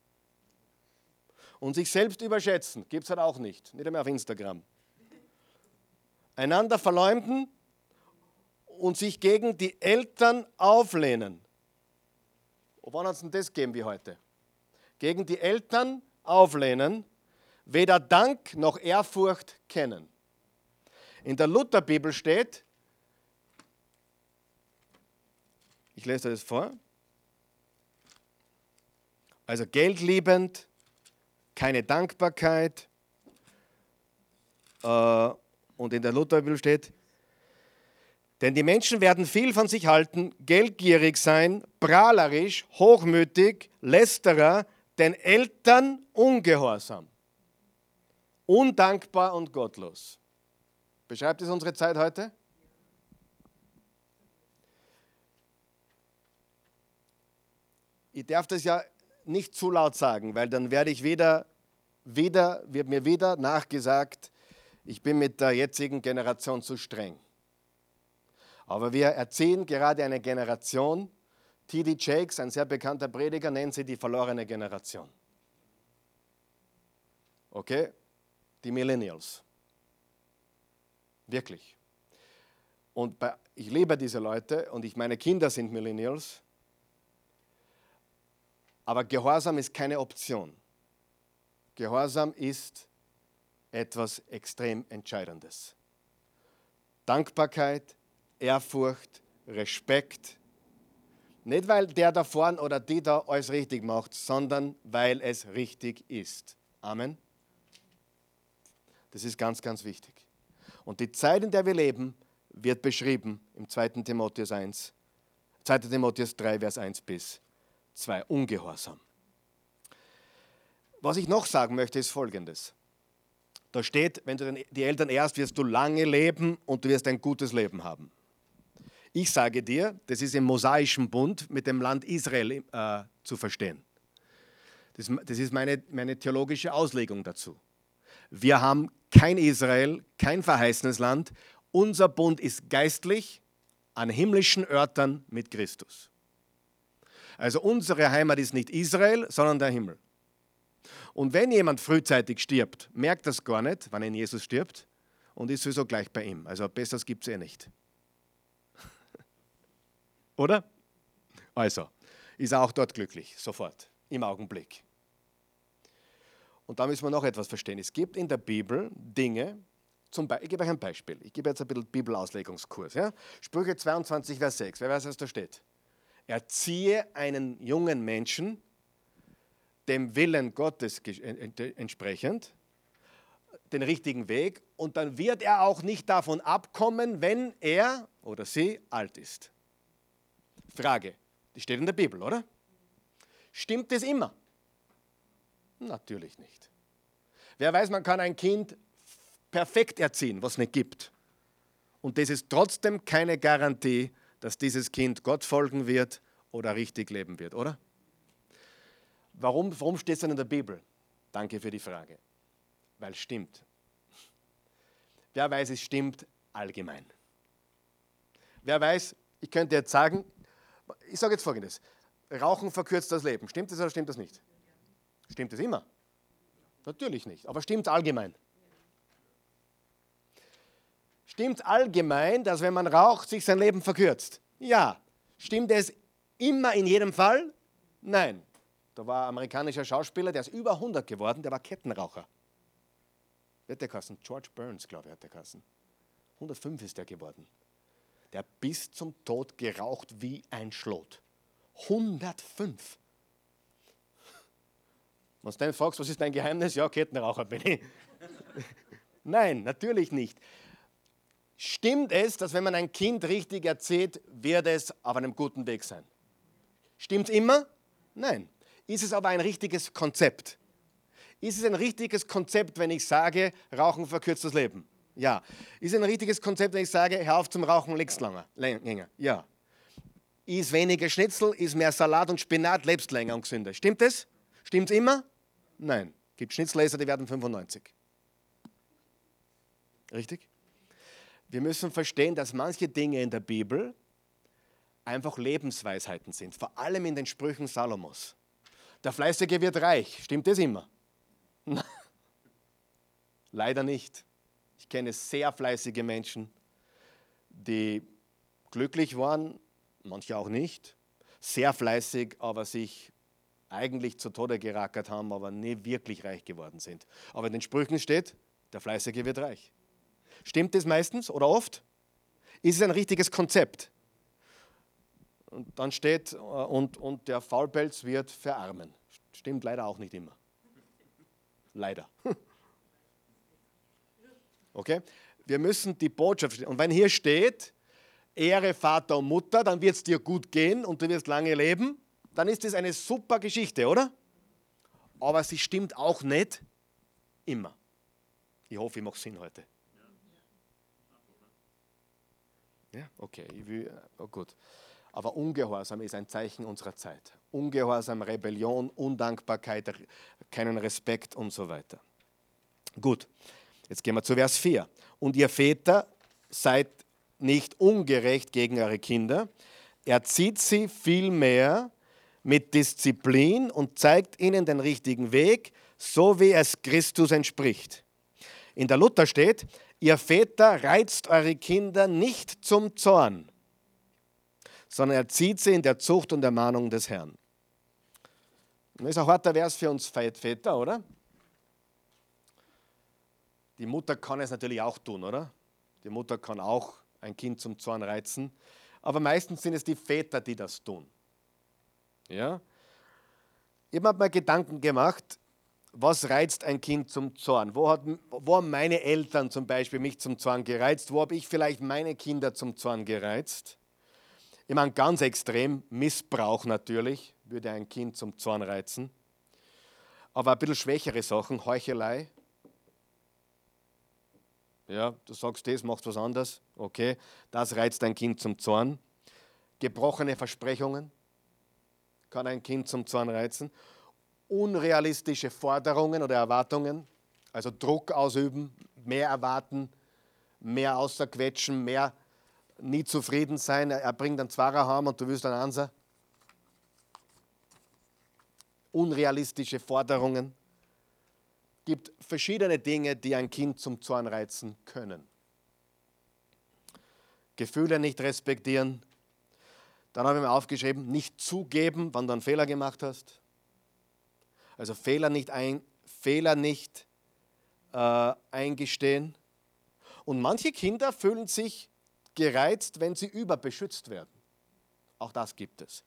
Und sich selbst überschätzen, gibt es halt auch nicht einmal auf Instagram. Einander verleumden und sich gegen die Eltern auflehnen. Wann hat es denn das gegeben wie heute? Gegen die Eltern auflehnen, weder Dank noch Ehrfurcht kennen. In der Lutherbibel steht, ich lese das vor, also geldliebend, keine Dankbarkeit, und in der Lutherbibel steht, denn die Menschen werden viel von sich halten, geldgierig sein, prahlerisch, hochmütig, lästerer, den Eltern ungehorsam, undankbar und gottlos. Beschreibt es unsere Zeit heute? Ich darf das ja nicht zu laut sagen, weil dann werde ich wird mir wieder nachgesagt, ich bin mit der jetzigen Generation zu streng. Aber wir erziehen gerade eine Generation, T.D. Jakes, ein sehr bekannter Prediger, nennt sie die verlorene Generation. Okay? Die Millennials. Wirklich. Und ich liebe diese Leute und meine Kinder sind Millennials. Aber Gehorsam ist keine Option. Gehorsam ist etwas extrem Entscheidendes. Dankbarkeit, Ehrfurcht, Respekt. Nicht, weil der da vorne oder die da alles richtig macht, sondern weil es richtig ist. Amen. Das ist ganz, ganz wichtig. Und die Zeit, in der wir leben, wird beschrieben im 2. Timotheus 1, 2. Timotheus 3, Vers 1 bis 2. Ungehorsam. Was ich noch sagen möchte, ist Folgendes. Da steht, wenn du die Eltern ehrst, wirst du lange leben und du wirst ein gutes Leben haben. Ich sage dir, das ist im mosaischen Bund mit dem Land Israel zu verstehen. Das ist meine theologische Auslegung dazu. Wir haben kein Israel, kein verheißenes Land. Unser Bund ist geistlich an himmlischen Örtern mit Christus. Also unsere Heimat ist nicht Israel, sondern der Himmel. Und wenn jemand frühzeitig stirbt, merkt das gar nicht, wann ein Jesus stirbt und ist sowieso gleich bei ihm. Also Besseres gibt es nicht. Oder? Also, ist er auch dort glücklich, sofort, im Augenblick. Und da müssen wir noch etwas verstehen. Es gibt in der Bibel Dinge, ich gebe euch ein Beispiel. Ich gebe jetzt ein bisschen Bibelauslegungskurs. Ja? Sprüche 22, Vers 6. Wer weiß, was da steht? Erziehe einen jungen Menschen dem Willen Gottes entsprechend, den richtigen Weg, und dann wird er auch nicht davon abkommen, wenn er oder sie alt ist. Frage, die steht in der Bibel, oder? Stimmt das immer? Natürlich nicht. Wer weiß, man kann ein Kind perfekt erziehen, was es nicht gibt. Und das ist trotzdem keine Garantie, dass dieses Kind Gott folgen wird oder richtig leben wird, oder? Warum steht es denn in der Bibel? Danke für die Frage. Weil es stimmt. Wer weiß, es stimmt allgemein. Wer weiß, ich könnte jetzt sagen, ich sage jetzt Folgendes, Rauchen verkürzt das Leben. Stimmt das oder stimmt das nicht? Stimmt es immer? Natürlich nicht, aber stimmt es allgemein? Stimmt es allgemein, dass wenn man raucht, sich sein Leben verkürzt? Ja. Stimmt es immer in jedem Fall? Nein. Da war ein amerikanischer Schauspieler, der ist über 100 geworden, der war Kettenraucher. Wer hat der geheißen? George Burns, glaube ich, hat der geheißen. 105 ist der geworden. Der hat bis zum Tod geraucht wie ein Schlot. 105. Wenn du dann fragst, was ist dein Geheimnis? Ja, Kettenraucher bin ich. Nein, natürlich nicht. Stimmt es, dass wenn man ein Kind richtig erzieht, wird es auf einem guten Weg sein? Stimmt es immer? Nein. Ist es aber ein richtiges Konzept? Ist es ein richtiges Konzept, wenn ich sage, Rauchen verkürzt das Leben? Ja. Ist es ein richtiges Konzept, wenn ich sage, hör auf zum Rauchen, lebst länger? Ja. Iss weniger Schnitzel, iss mehr Salat und Spinat, lebst länger und gesünder. Stimmt es? Stimmt es immer? Nein. Gibt Schnitzelesser, die werden 95. Richtig? Wir müssen verstehen, dass manche Dinge in der Bibel einfach Lebensweisheiten sind, vor allem in den Sprüchen Salomos. Der Fleißige wird reich. Stimmt das immer? Leider nicht. Ich kenne sehr fleißige Menschen, die glücklich waren, manche auch nicht, sehr fleißig, aber sich eigentlich zu Tode gerackert haben, aber nie wirklich reich geworden sind. Aber in den Sprüchen steht, der Fleißige wird reich. Stimmt das meistens oder oft? Ist es ein richtiges Konzept? Und dann steht, und der Faulpelz wird verarmen. Stimmt leider auch nicht immer. Leider. Okay? Wir müssen die Botschaft verstehen. Und wenn hier steht, Ehre Vater und Mutter, dann wird es dir gut gehen und du wirst lange leben, dann ist das eine super Geschichte, oder? Aber sie stimmt auch nicht immer. Ich hoffe, ich mache Sinn heute. Ja, okay, gut. Aber Ungehorsam ist ein Zeichen unserer Zeit. Ungehorsam, Rebellion, Undankbarkeit, keinen Respekt und so weiter. Gut, jetzt gehen wir zu Vers 4. Und ihr Väter, seid nicht ungerecht gegen eure Kinder, erzieht sie vielmehr mit Disziplin und zeigt ihnen den richtigen Weg, so wie es Christus entspricht. In der Luther steht, Ihr Väter reizt eure Kinder nicht zum Zorn, sondern erzieht sie in der Zucht und Ermahnung des Herrn. Das ist ein harter Vers für uns Väter, oder? Die Mutter kann es natürlich auch tun, oder? Die Mutter kann auch ein Kind zum Zorn reizen, aber meistens sind es die Väter, die das tun. Ja? Ich habe mir mal Gedanken gemacht, was reizt ein Kind zum Zorn? Wo haben meine Eltern zum Beispiel mich zum Zorn gereizt? Wo habe ich vielleicht meine Kinder zum Zorn gereizt? Ich meine, ganz extrem, Missbrauch natürlich, würde ein Kind zum Zorn reizen. Aber ein bisschen schwächere Sachen, Heuchelei. Ja, du sagst das, machst was anderes. Okay, das reizt ein Kind zum Zorn. Gebrochene Versprechungen kann ein Kind zum Zorn reizen. Unrealistische Forderungen oder Erwartungen, also Druck ausüben, mehr erwarten, mehr außerquetschen, mehr nie zufrieden sein. Er bringt einen Zwarer heim und du willst einen Anser. Unrealistische Forderungen. Gibt verschiedene Dinge, die ein Kind zum Zorn reizen können. Gefühle nicht respektieren. Dann habe ich mir aufgeschrieben, nicht zugeben, wann du einen Fehler gemacht hast. Also Fehler nicht eingestehen. Und manche Kinder fühlen sich gereizt, wenn sie überbeschützt werden. Auch das gibt es.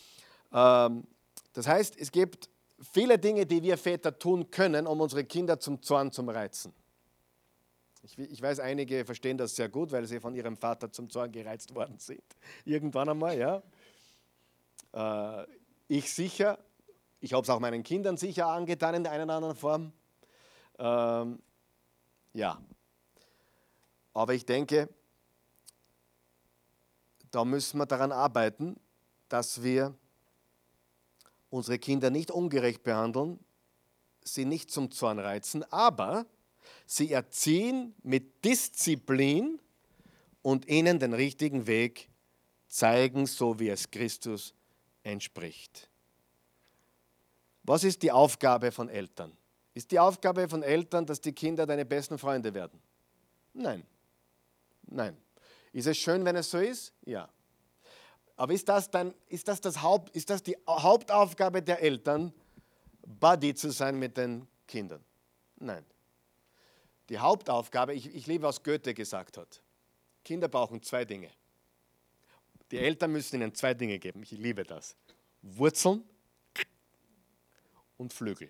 Das heißt, es gibt viele Dinge, die wir Väter tun können, um unsere Kinder zum Zorn zu reizen. Ich weiß, einige verstehen das sehr gut, weil sie von ihrem Vater zum Zorn gereizt worden sind. Irgendwann einmal, ja. Ich sicher. Ich habe es auch meinen Kindern sicher angetan in der einen oder anderen Form. Ja. Aber ich denke, da müssen wir daran arbeiten, dass wir unsere Kinder nicht ungerecht behandeln, sie nicht zum Zorn reizen, aber sie erziehen mit Disziplin und ihnen den richtigen Weg zeigen, so wie es Christus entspricht. Was ist die Aufgabe von Eltern? Ist die Aufgabe von Eltern, dass die Kinder deine besten Freunde werden? Nein. Nein. Ist es schön, wenn es so ist? Ja. Aber ist das die Hauptaufgabe der Eltern, Buddy zu sein mit den Kindern? Nein. Die Hauptaufgabe, ich liebe, was Goethe gesagt hat. Kinder brauchen zwei Dinge. Die Eltern müssen ihnen zwei Dinge geben. Ich liebe das. Wurzeln und Flügel.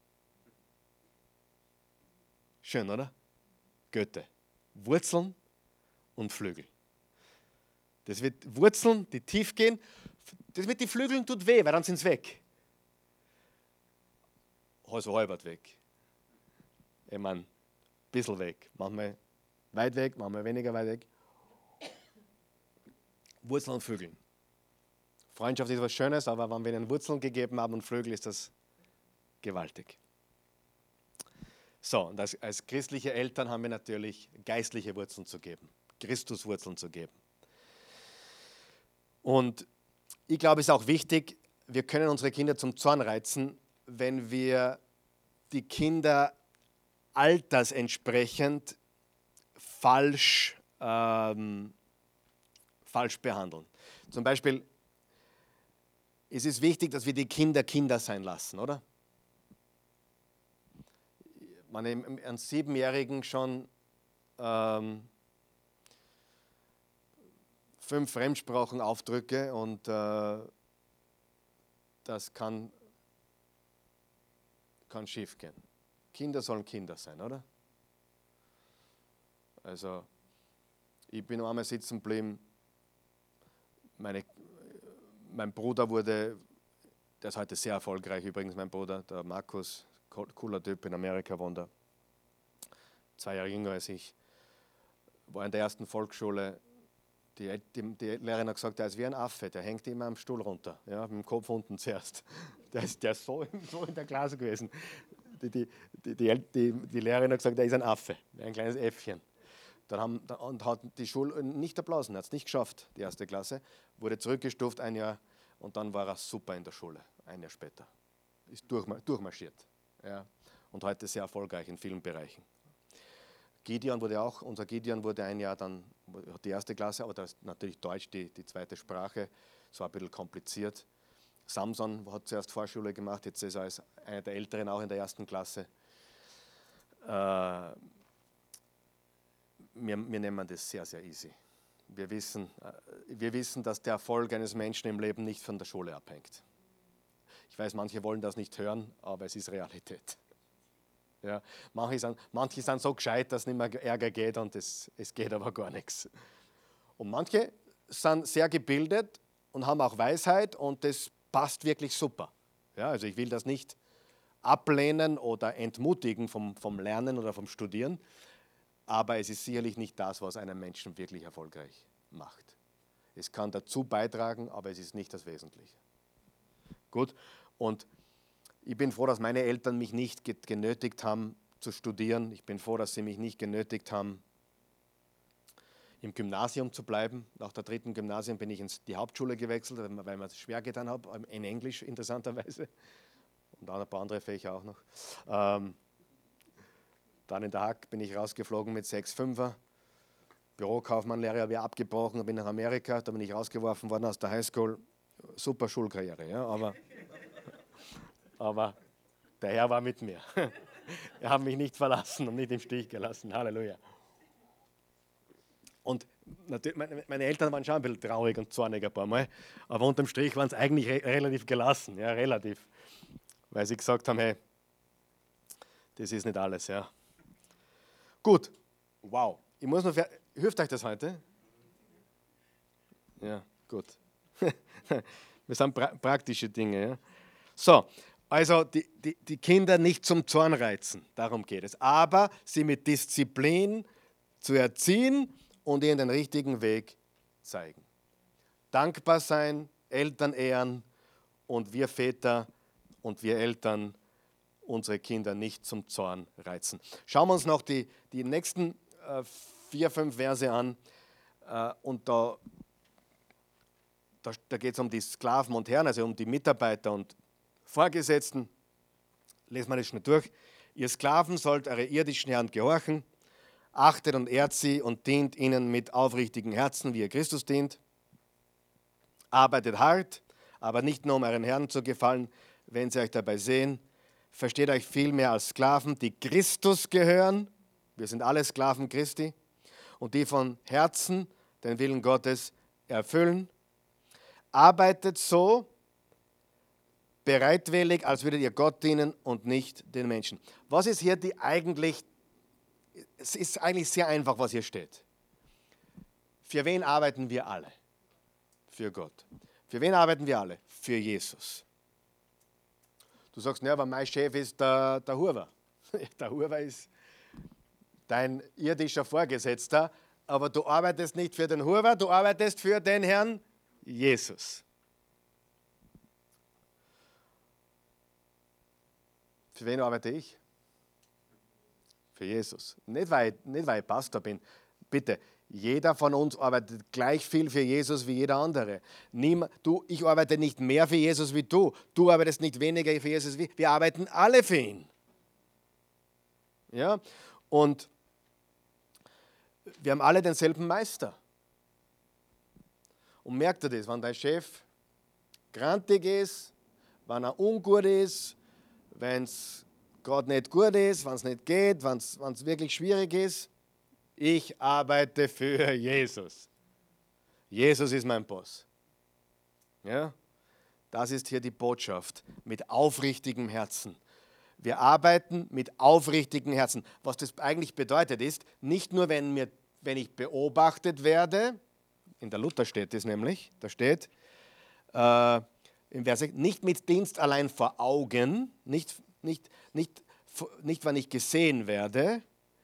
Schön, oder? Goethe. Wurzeln und Flügel. Das wird Wurzeln, die tief gehen. Das mit den Flügeln tut weh, weil dann sind sie weg. Also halbert weg. Ich meine, ein bisschen weg. Manchmal weit weg, manchmal weniger weit weg. Wurzeln und Flügeln. Freundschaft ist was Schönes, aber wenn wir ihnen Wurzeln gegeben haben und Flügel, ist das gewaltig. So, und als christliche Eltern haben wir natürlich geistliche Wurzeln zu geben, Christuswurzeln zu geben. Und ich glaube, es ist auch wichtig, wir können unsere Kinder zum Zorn reizen, wenn wir die Kinder altersentsprechend falsch behandeln. Zum Beispiel, es ist wichtig, dass wir die Kinder Kinder sein lassen, oder? Man einen 7-Jährigen schon 5 Fremdsprachen aufdrücke und das kann schief gehen. Kinder sollen Kinder sein, oder? Also, ich bin einmal sitzen geblieben, mein Bruder der ist heute sehr erfolgreich übrigens, mein Bruder, der Markus, cooler Typ, in Amerika wohnt er, 2 Jahre jünger als ich, war in der ersten Volksschule. Die Lehrerin hat gesagt, der ist wie ein Affe, der hängt immer am Stuhl runter, ja, mit dem Kopf unten zuerst. Der ist so in der Klasse gewesen. Die Lehrerin hat gesagt, der ist ein Affe, ein kleines Äffchen. Und hat die Schule nicht erblasen, hat es nicht geschafft, die erste Klasse, wurde zurückgestuft 1 Jahr und dann war er super in der Schule, 1 Jahr später. Ist durchmarschiert. Ja. Und heute sehr erfolgreich in vielen Bereichen. unser Gideon wurde ein Jahr dann die erste Klasse, aber das ist natürlich Deutsch die zweite Sprache. Es war ein bisschen kompliziert. Samson hat zuerst Vorschule gemacht, jetzt ist er als einer der Älteren auch in der ersten Klasse. Wir nehmen das sehr, sehr easy. Wir wissen, dass der Erfolg eines Menschen im Leben nicht von der Schule abhängt. Ich weiß, manche wollen das nicht hören, aber es ist Realität. Ja, manche sind so gescheit, dass nicht mehr Ärger geht und es geht aber gar nichts. Und manche sind sehr gebildet und haben auch Weisheit und das passt wirklich super. Ja, also ich will das nicht ablehnen oder entmutigen vom Lernen oder vom Studieren, aber es ist sicherlich nicht das, was einen Menschen wirklich erfolgreich macht. Es kann dazu beitragen, aber es ist nicht das Wesentliche. Gut, und ich bin froh, dass meine Eltern mich nicht genötigt haben zu studieren. Ich bin froh, dass sie mich nicht genötigt haben, im Gymnasium zu bleiben. Nach der 3. Gymnasium bin ich in die Hauptschule gewechselt, weil mir es schwer getan hat, in Englisch interessanterweise. Und dann ein paar andere Fächer auch noch. Dann in der Hack bin ich rausgeflogen mit 6,5er. Bürokaufmannlehre habe ich abgebrochen, bin nach Amerika, da bin ich rausgeworfen worden aus der Highschool. Super Schulkarriere, ja, aber der Herr war mit mir. Er hat mich nicht verlassen und nicht im Stich gelassen. Halleluja. Und natürlich, meine Eltern waren schon ein bisschen traurig und zornig ein paar Mal, aber unterm Strich waren es eigentlich relativ gelassen, ja, relativ. Weil sie gesagt haben, hey, das ist nicht alles, ja. Gut, wow. Ich muss noch, hilft euch das heute? Ja, gut. Das sind praktische Dinge, ja. So, also die Kinder nicht zum Zorn reizen, darum geht es. Aber sie mit Disziplin zu erziehen und ihnen den richtigen Weg zeigen. Dankbar sein, Eltern ehren und wir Väter und wir Eltern unsere Kinder nicht zum Zorn reizen. Schauen wir uns noch die nächsten 4, 5 Verse an. Und da geht es um die Sklaven und Herren, also um die Mitarbeiter und Vorgesetzten. Lesen wir das schnell durch. Ihr Sklaven sollt eure irdischen Herren gehorchen, achtet und ehrt sie und dient ihnen mit aufrichtigem Herzen, wie ihr Christus dient. Arbeitet hart, aber nicht nur um euren Herren zu gefallen, wenn sie euch dabei sehen. Versteht euch vielmehr als Sklaven, die Christus gehören. Wir sind alle Sklaven Christi. Und die von Herzen den Willen Gottes erfüllen. Arbeitet so bereitwillig, als würdet ihr Gott dienen und nicht den Menschen. Was ist hier es ist eigentlich sehr einfach, was hier steht. Für wen arbeiten wir alle? Für Gott. Für wen arbeiten wir alle? Für Jesus. Du sagst, ja, aber mein Chef ist der Huber. Der Huber ist dein irdischer Vorgesetzter, aber du arbeitest nicht für den Huber, du arbeitest für den Herrn Jesus. Für wen arbeite ich? Für Jesus. Nicht weil ich Pastor bin. Bitte, jeder von uns arbeitet gleich viel für Jesus wie jeder andere. Ich arbeite nicht mehr für Jesus wie du. Du arbeitest nicht weniger für Jesus wie wir arbeiten alle für ihn. Ja? Und wir haben alle denselben Meister. Und merkt ihr das, wenn dein Chef grantig ist, wenn er ungut ist, wenn es gerade nicht gut ist, wenn es nicht geht, wenn es wirklich schwierig ist. Ich arbeite für Jesus. Jesus ist mein Boss. Ja? Das ist hier die Botschaft mit aufrichtigem Herzen. Wir arbeiten mit aufrichtigem Herzen. Was das eigentlich bedeutet ist, nicht nur wenn ich beobachtet werde, in der Luther steht es nämlich, da steht, im Vers 6, nicht mit Dienst allein vor Augen, nicht wenn ich gesehen werde,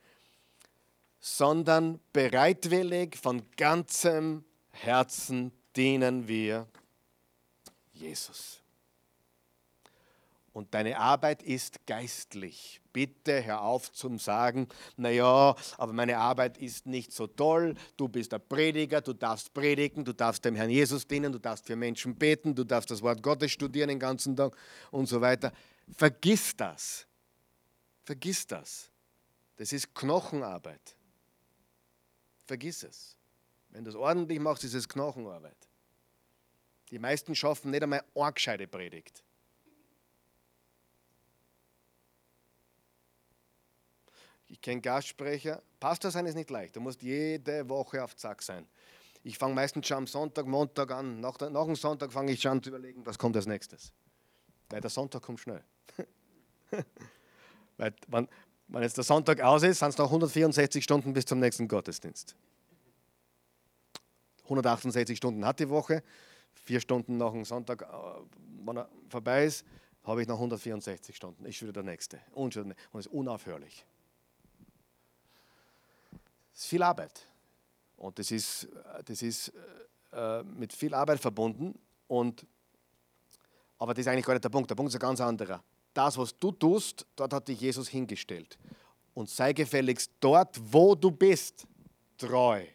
sondern bereitwillig von ganzem Herzen dienen wir Jesus. Und deine Arbeit ist geistlich. Bitte hör auf zum Sagen, naja, aber meine Arbeit ist nicht so toll. Du bist der Prediger, du darfst predigen, du darfst dem Herrn Jesus dienen, du darfst für Menschen beten, du darfst das Wort Gottes studieren den ganzen Tag und so weiter. Vergiss das. Vergiss das. Das ist Knochenarbeit. Vergiss es. Wenn du es ordentlich machst, ist es Knochenarbeit. Die meisten schaffen nicht einmal eine gescheite Predigt. Ich kenne Gastsprecher. Pastor sein ist nicht leicht. Du musst jede Woche auf Zack sein. Ich fange meistens schon am Sonntag, Montag an. Nach dem Sonntag fange ich schon an zu überlegen, was kommt als nächstes. Weil der Sonntag kommt schnell. Weil, wenn jetzt der Sonntag aus ist, sind es noch 164 Stunden bis zum nächsten Gottesdienst. 168 Stunden hat die Woche. 4 Stunden nach dem Sonntag, wenn er vorbei ist, habe ich noch 164 Stunden. Ist wieder der nächste. Und es ist unaufhörlich. Es ist viel Arbeit. Und das ist mit viel Arbeit verbunden. Aber das ist eigentlich gar nicht der Punkt. Der Punkt ist ein ganz anderer. Das, was du tust, dort hat dich Jesus hingestellt. Und sei gefälligst dort, wo du bist, treu.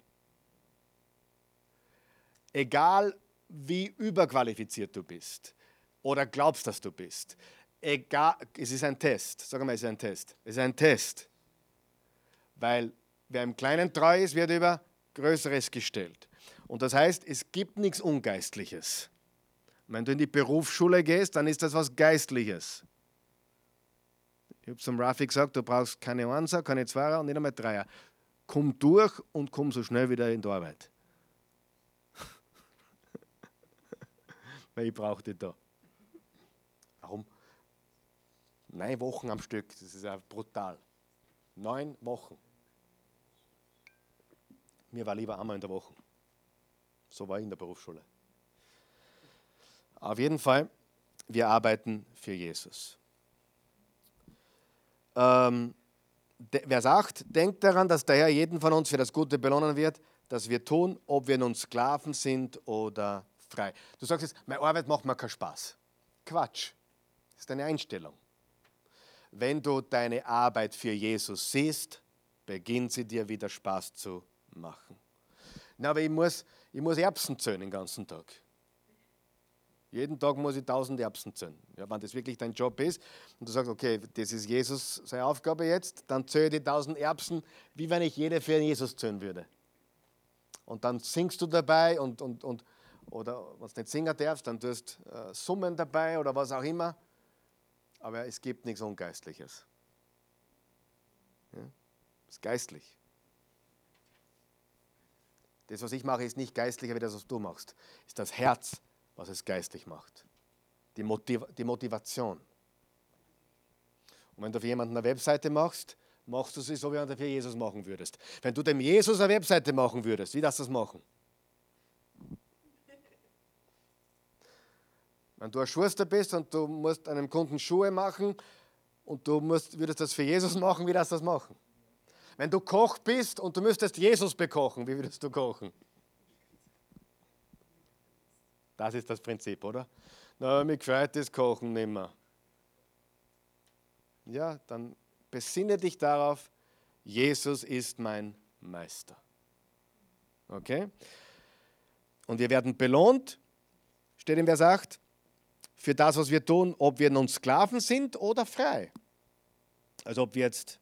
Egal, wie überqualifiziert du bist oder glaubst, dass du bist. Egal, es ist ein Test. Sag mal, es ist ein Test. Es ist ein Test. Weil wer im Kleinen treu ist, wird über Größeres gestellt. Und das heißt, es gibt nichts Ungeistliches. Wenn du in die Berufsschule gehst, dann ist das was Geistliches. Ich habe zum Rafi gesagt, du brauchst keine Einser, keine Zweier und nicht einmal Dreier. Komm durch und komm so schnell wieder in die Arbeit. Weil ich brauche dich da. Warum? 9 Wochen am Stück, das ist ja brutal. 9 Wochen. Mir war lieber einmal in der Woche. So war ich in der Berufsschule. Auf jeden Fall, wir arbeiten für Jesus. Wer sagt, denkt daran, dass der Herr jeden von uns für das Gute belohnen wird, das wir tun, ob wir nun Sklaven sind oder frei. Du sagst jetzt, meine Arbeit macht mir keinen Spaß. Quatsch. Das ist deine Einstellung. Wenn du deine Arbeit für Jesus siehst, beginnt sie dir wieder Spaß zu machen. Na, aber ich muss Erbsen zählen den ganzen Tag. Jeden Tag muss ich 1000 Erbsen zählen. Ja, wenn das wirklich dein Job ist und du sagst, okay, das ist Jesus seine Aufgabe jetzt, dann zähle ich die 1000 Erbsen, wie wenn ich jede für Jesus zählen würde. Und dann singst du dabei oder wenn du nicht singen darfst, dann tust du summen dabei oder was auch immer. Aber es gibt nichts Ungeistliches. Ja? Es ist geistlich. Das, was ich mache, ist nicht geistlicher, wie das, was du machst. Es ist das Herz, was es geistlich macht. Die Motivation. Und wenn du für jemanden eine Webseite machst, machst du sie so, wie wenn du für Jesus machen würdest. Wenn du dem Jesus eine Webseite machen würdest, wie darfst du das machen? Wenn du ein Schuster bist und du musst einem Kunden Schuhe machen und du würdest das für Jesus machen, wie darfst du das machen? Wenn du Koch bist und du müsstest Jesus bekochen, wie würdest du kochen? Das ist das Prinzip, oder? Na, mir gefällt das Kochen nicht mehr. Ja, dann besinne dich darauf, Jesus ist mein Meister. Okay? Und wir werden belohnt, steht in Vers 8, für das, was wir tun, ob wir nun Sklaven sind oder frei. Also ob wir jetzt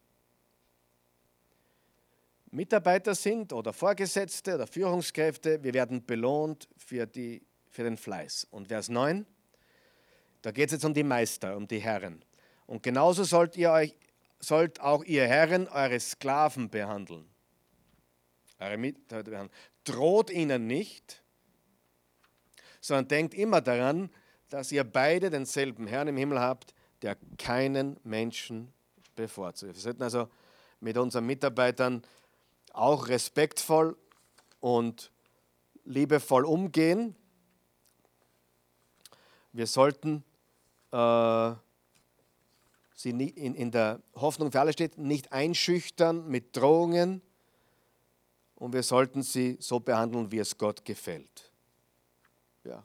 Mitarbeiter sind oder Vorgesetzte oder Führungskräfte, wir werden belohnt für den Fleiß. Und Vers 9, da geht es jetzt um die Meister, um die Herren. Und genauso sollt auch ihr Herren eure Sklaven behandeln. Eure Mitarbeiter behandeln. Droht ihnen nicht, sondern denkt immer daran, dass ihr beide denselben Herrn im Himmel habt, der keinen Menschen bevorzugt. Wir sollten also mit unseren Mitarbeitern auch respektvoll und liebevoll umgehen. Wir sollten sie in der Hoffnung für alle steht, nicht einschüchtern mit Drohungen und wir sollten sie so behandeln, wie es Gott gefällt. Ja.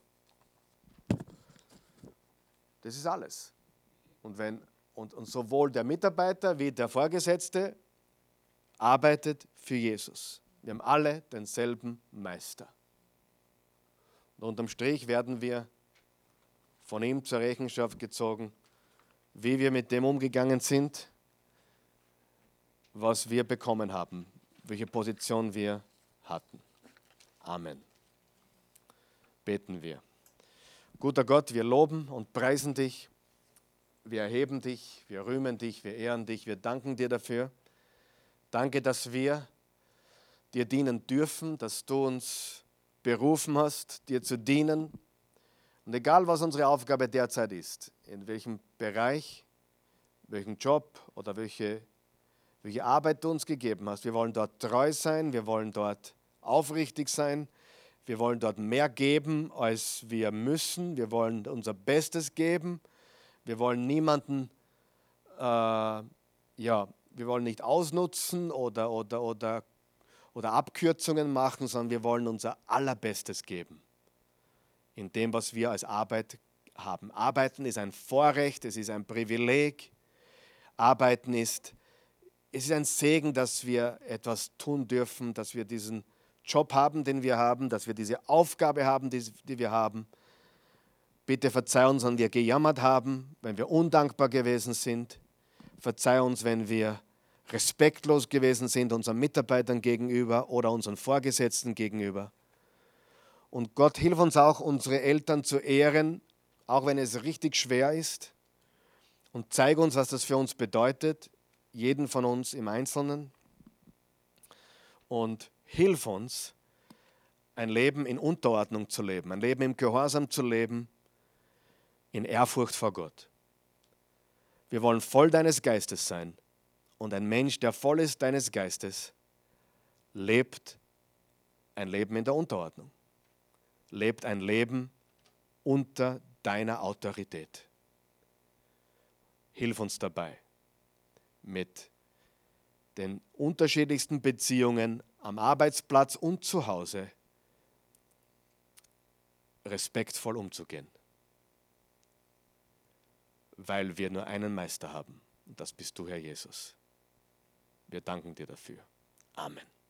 Das ist alles. Und sowohl der Mitarbeiter wie der Vorgesetzte arbeitet für Jesus. Wir haben alle denselben Meister. Und unterm Strich werden wir von ihm zur Rechenschaft gezogen, wie wir mit dem umgegangen sind. was wir bekommen haben, welche Position wir hatten. Amen. Beten wir. Guter Gott, wir loben und preisen dich, wir erheben dich, wir rühmen dich, wir ehren dich, wir danken dir dafür. Danke, dass wir dir dienen dürfen, dass du uns berufen hast, dir zu dienen. Und egal, was unsere Aufgabe derzeit ist, in welchem Bereich, welchen Job oder welche Arbeit du uns gegeben hast, wir wollen dort treu sein, wir wollen dort aufrichtig sein, wir wollen dort mehr geben, als wir müssen, wir wollen unser Bestes geben, wir wollen niemanden, wir wollen nicht ausnutzen oder Abkürzungen machen, sondern wir wollen unser Allerbestes geben in dem, was wir als Arbeit haben. Arbeiten ist ein Vorrecht, es ist ein Privileg. Arbeiten es ist ein Segen, dass wir etwas tun dürfen, dass wir diesen Job haben, den wir haben, dass wir diese Aufgabe haben, die wir haben. Bitte verzeih uns, wenn wir gejammert haben, wenn wir undankbar gewesen sind. Verzeih uns, wenn wir respektlos gewesen sind unseren Mitarbeitern gegenüber oder unseren Vorgesetzten gegenüber. Und Gott, hilf uns auch, unsere Eltern zu ehren, auch wenn es richtig schwer ist. Und zeige uns, was das für uns bedeutet, jeden von uns im Einzelnen. Und hilf uns, ein Leben in Unterordnung zu leben, ein Leben im Gehorsam zu leben, in Ehrfurcht vor Gott. Wir wollen voll deines Geistes sein. Und ein Mensch, der voll ist deines Geistes, lebt ein Leben in der Unterordnung. Lebt ein Leben unter deiner Autorität. Hilf uns dabei, mit den unterschiedlichsten Beziehungen am Arbeitsplatz und zu Hause respektvoll umzugehen, weil wir nur einen Meister haben und das bist du, Herr Jesus. Wir danken dir dafür. Amen.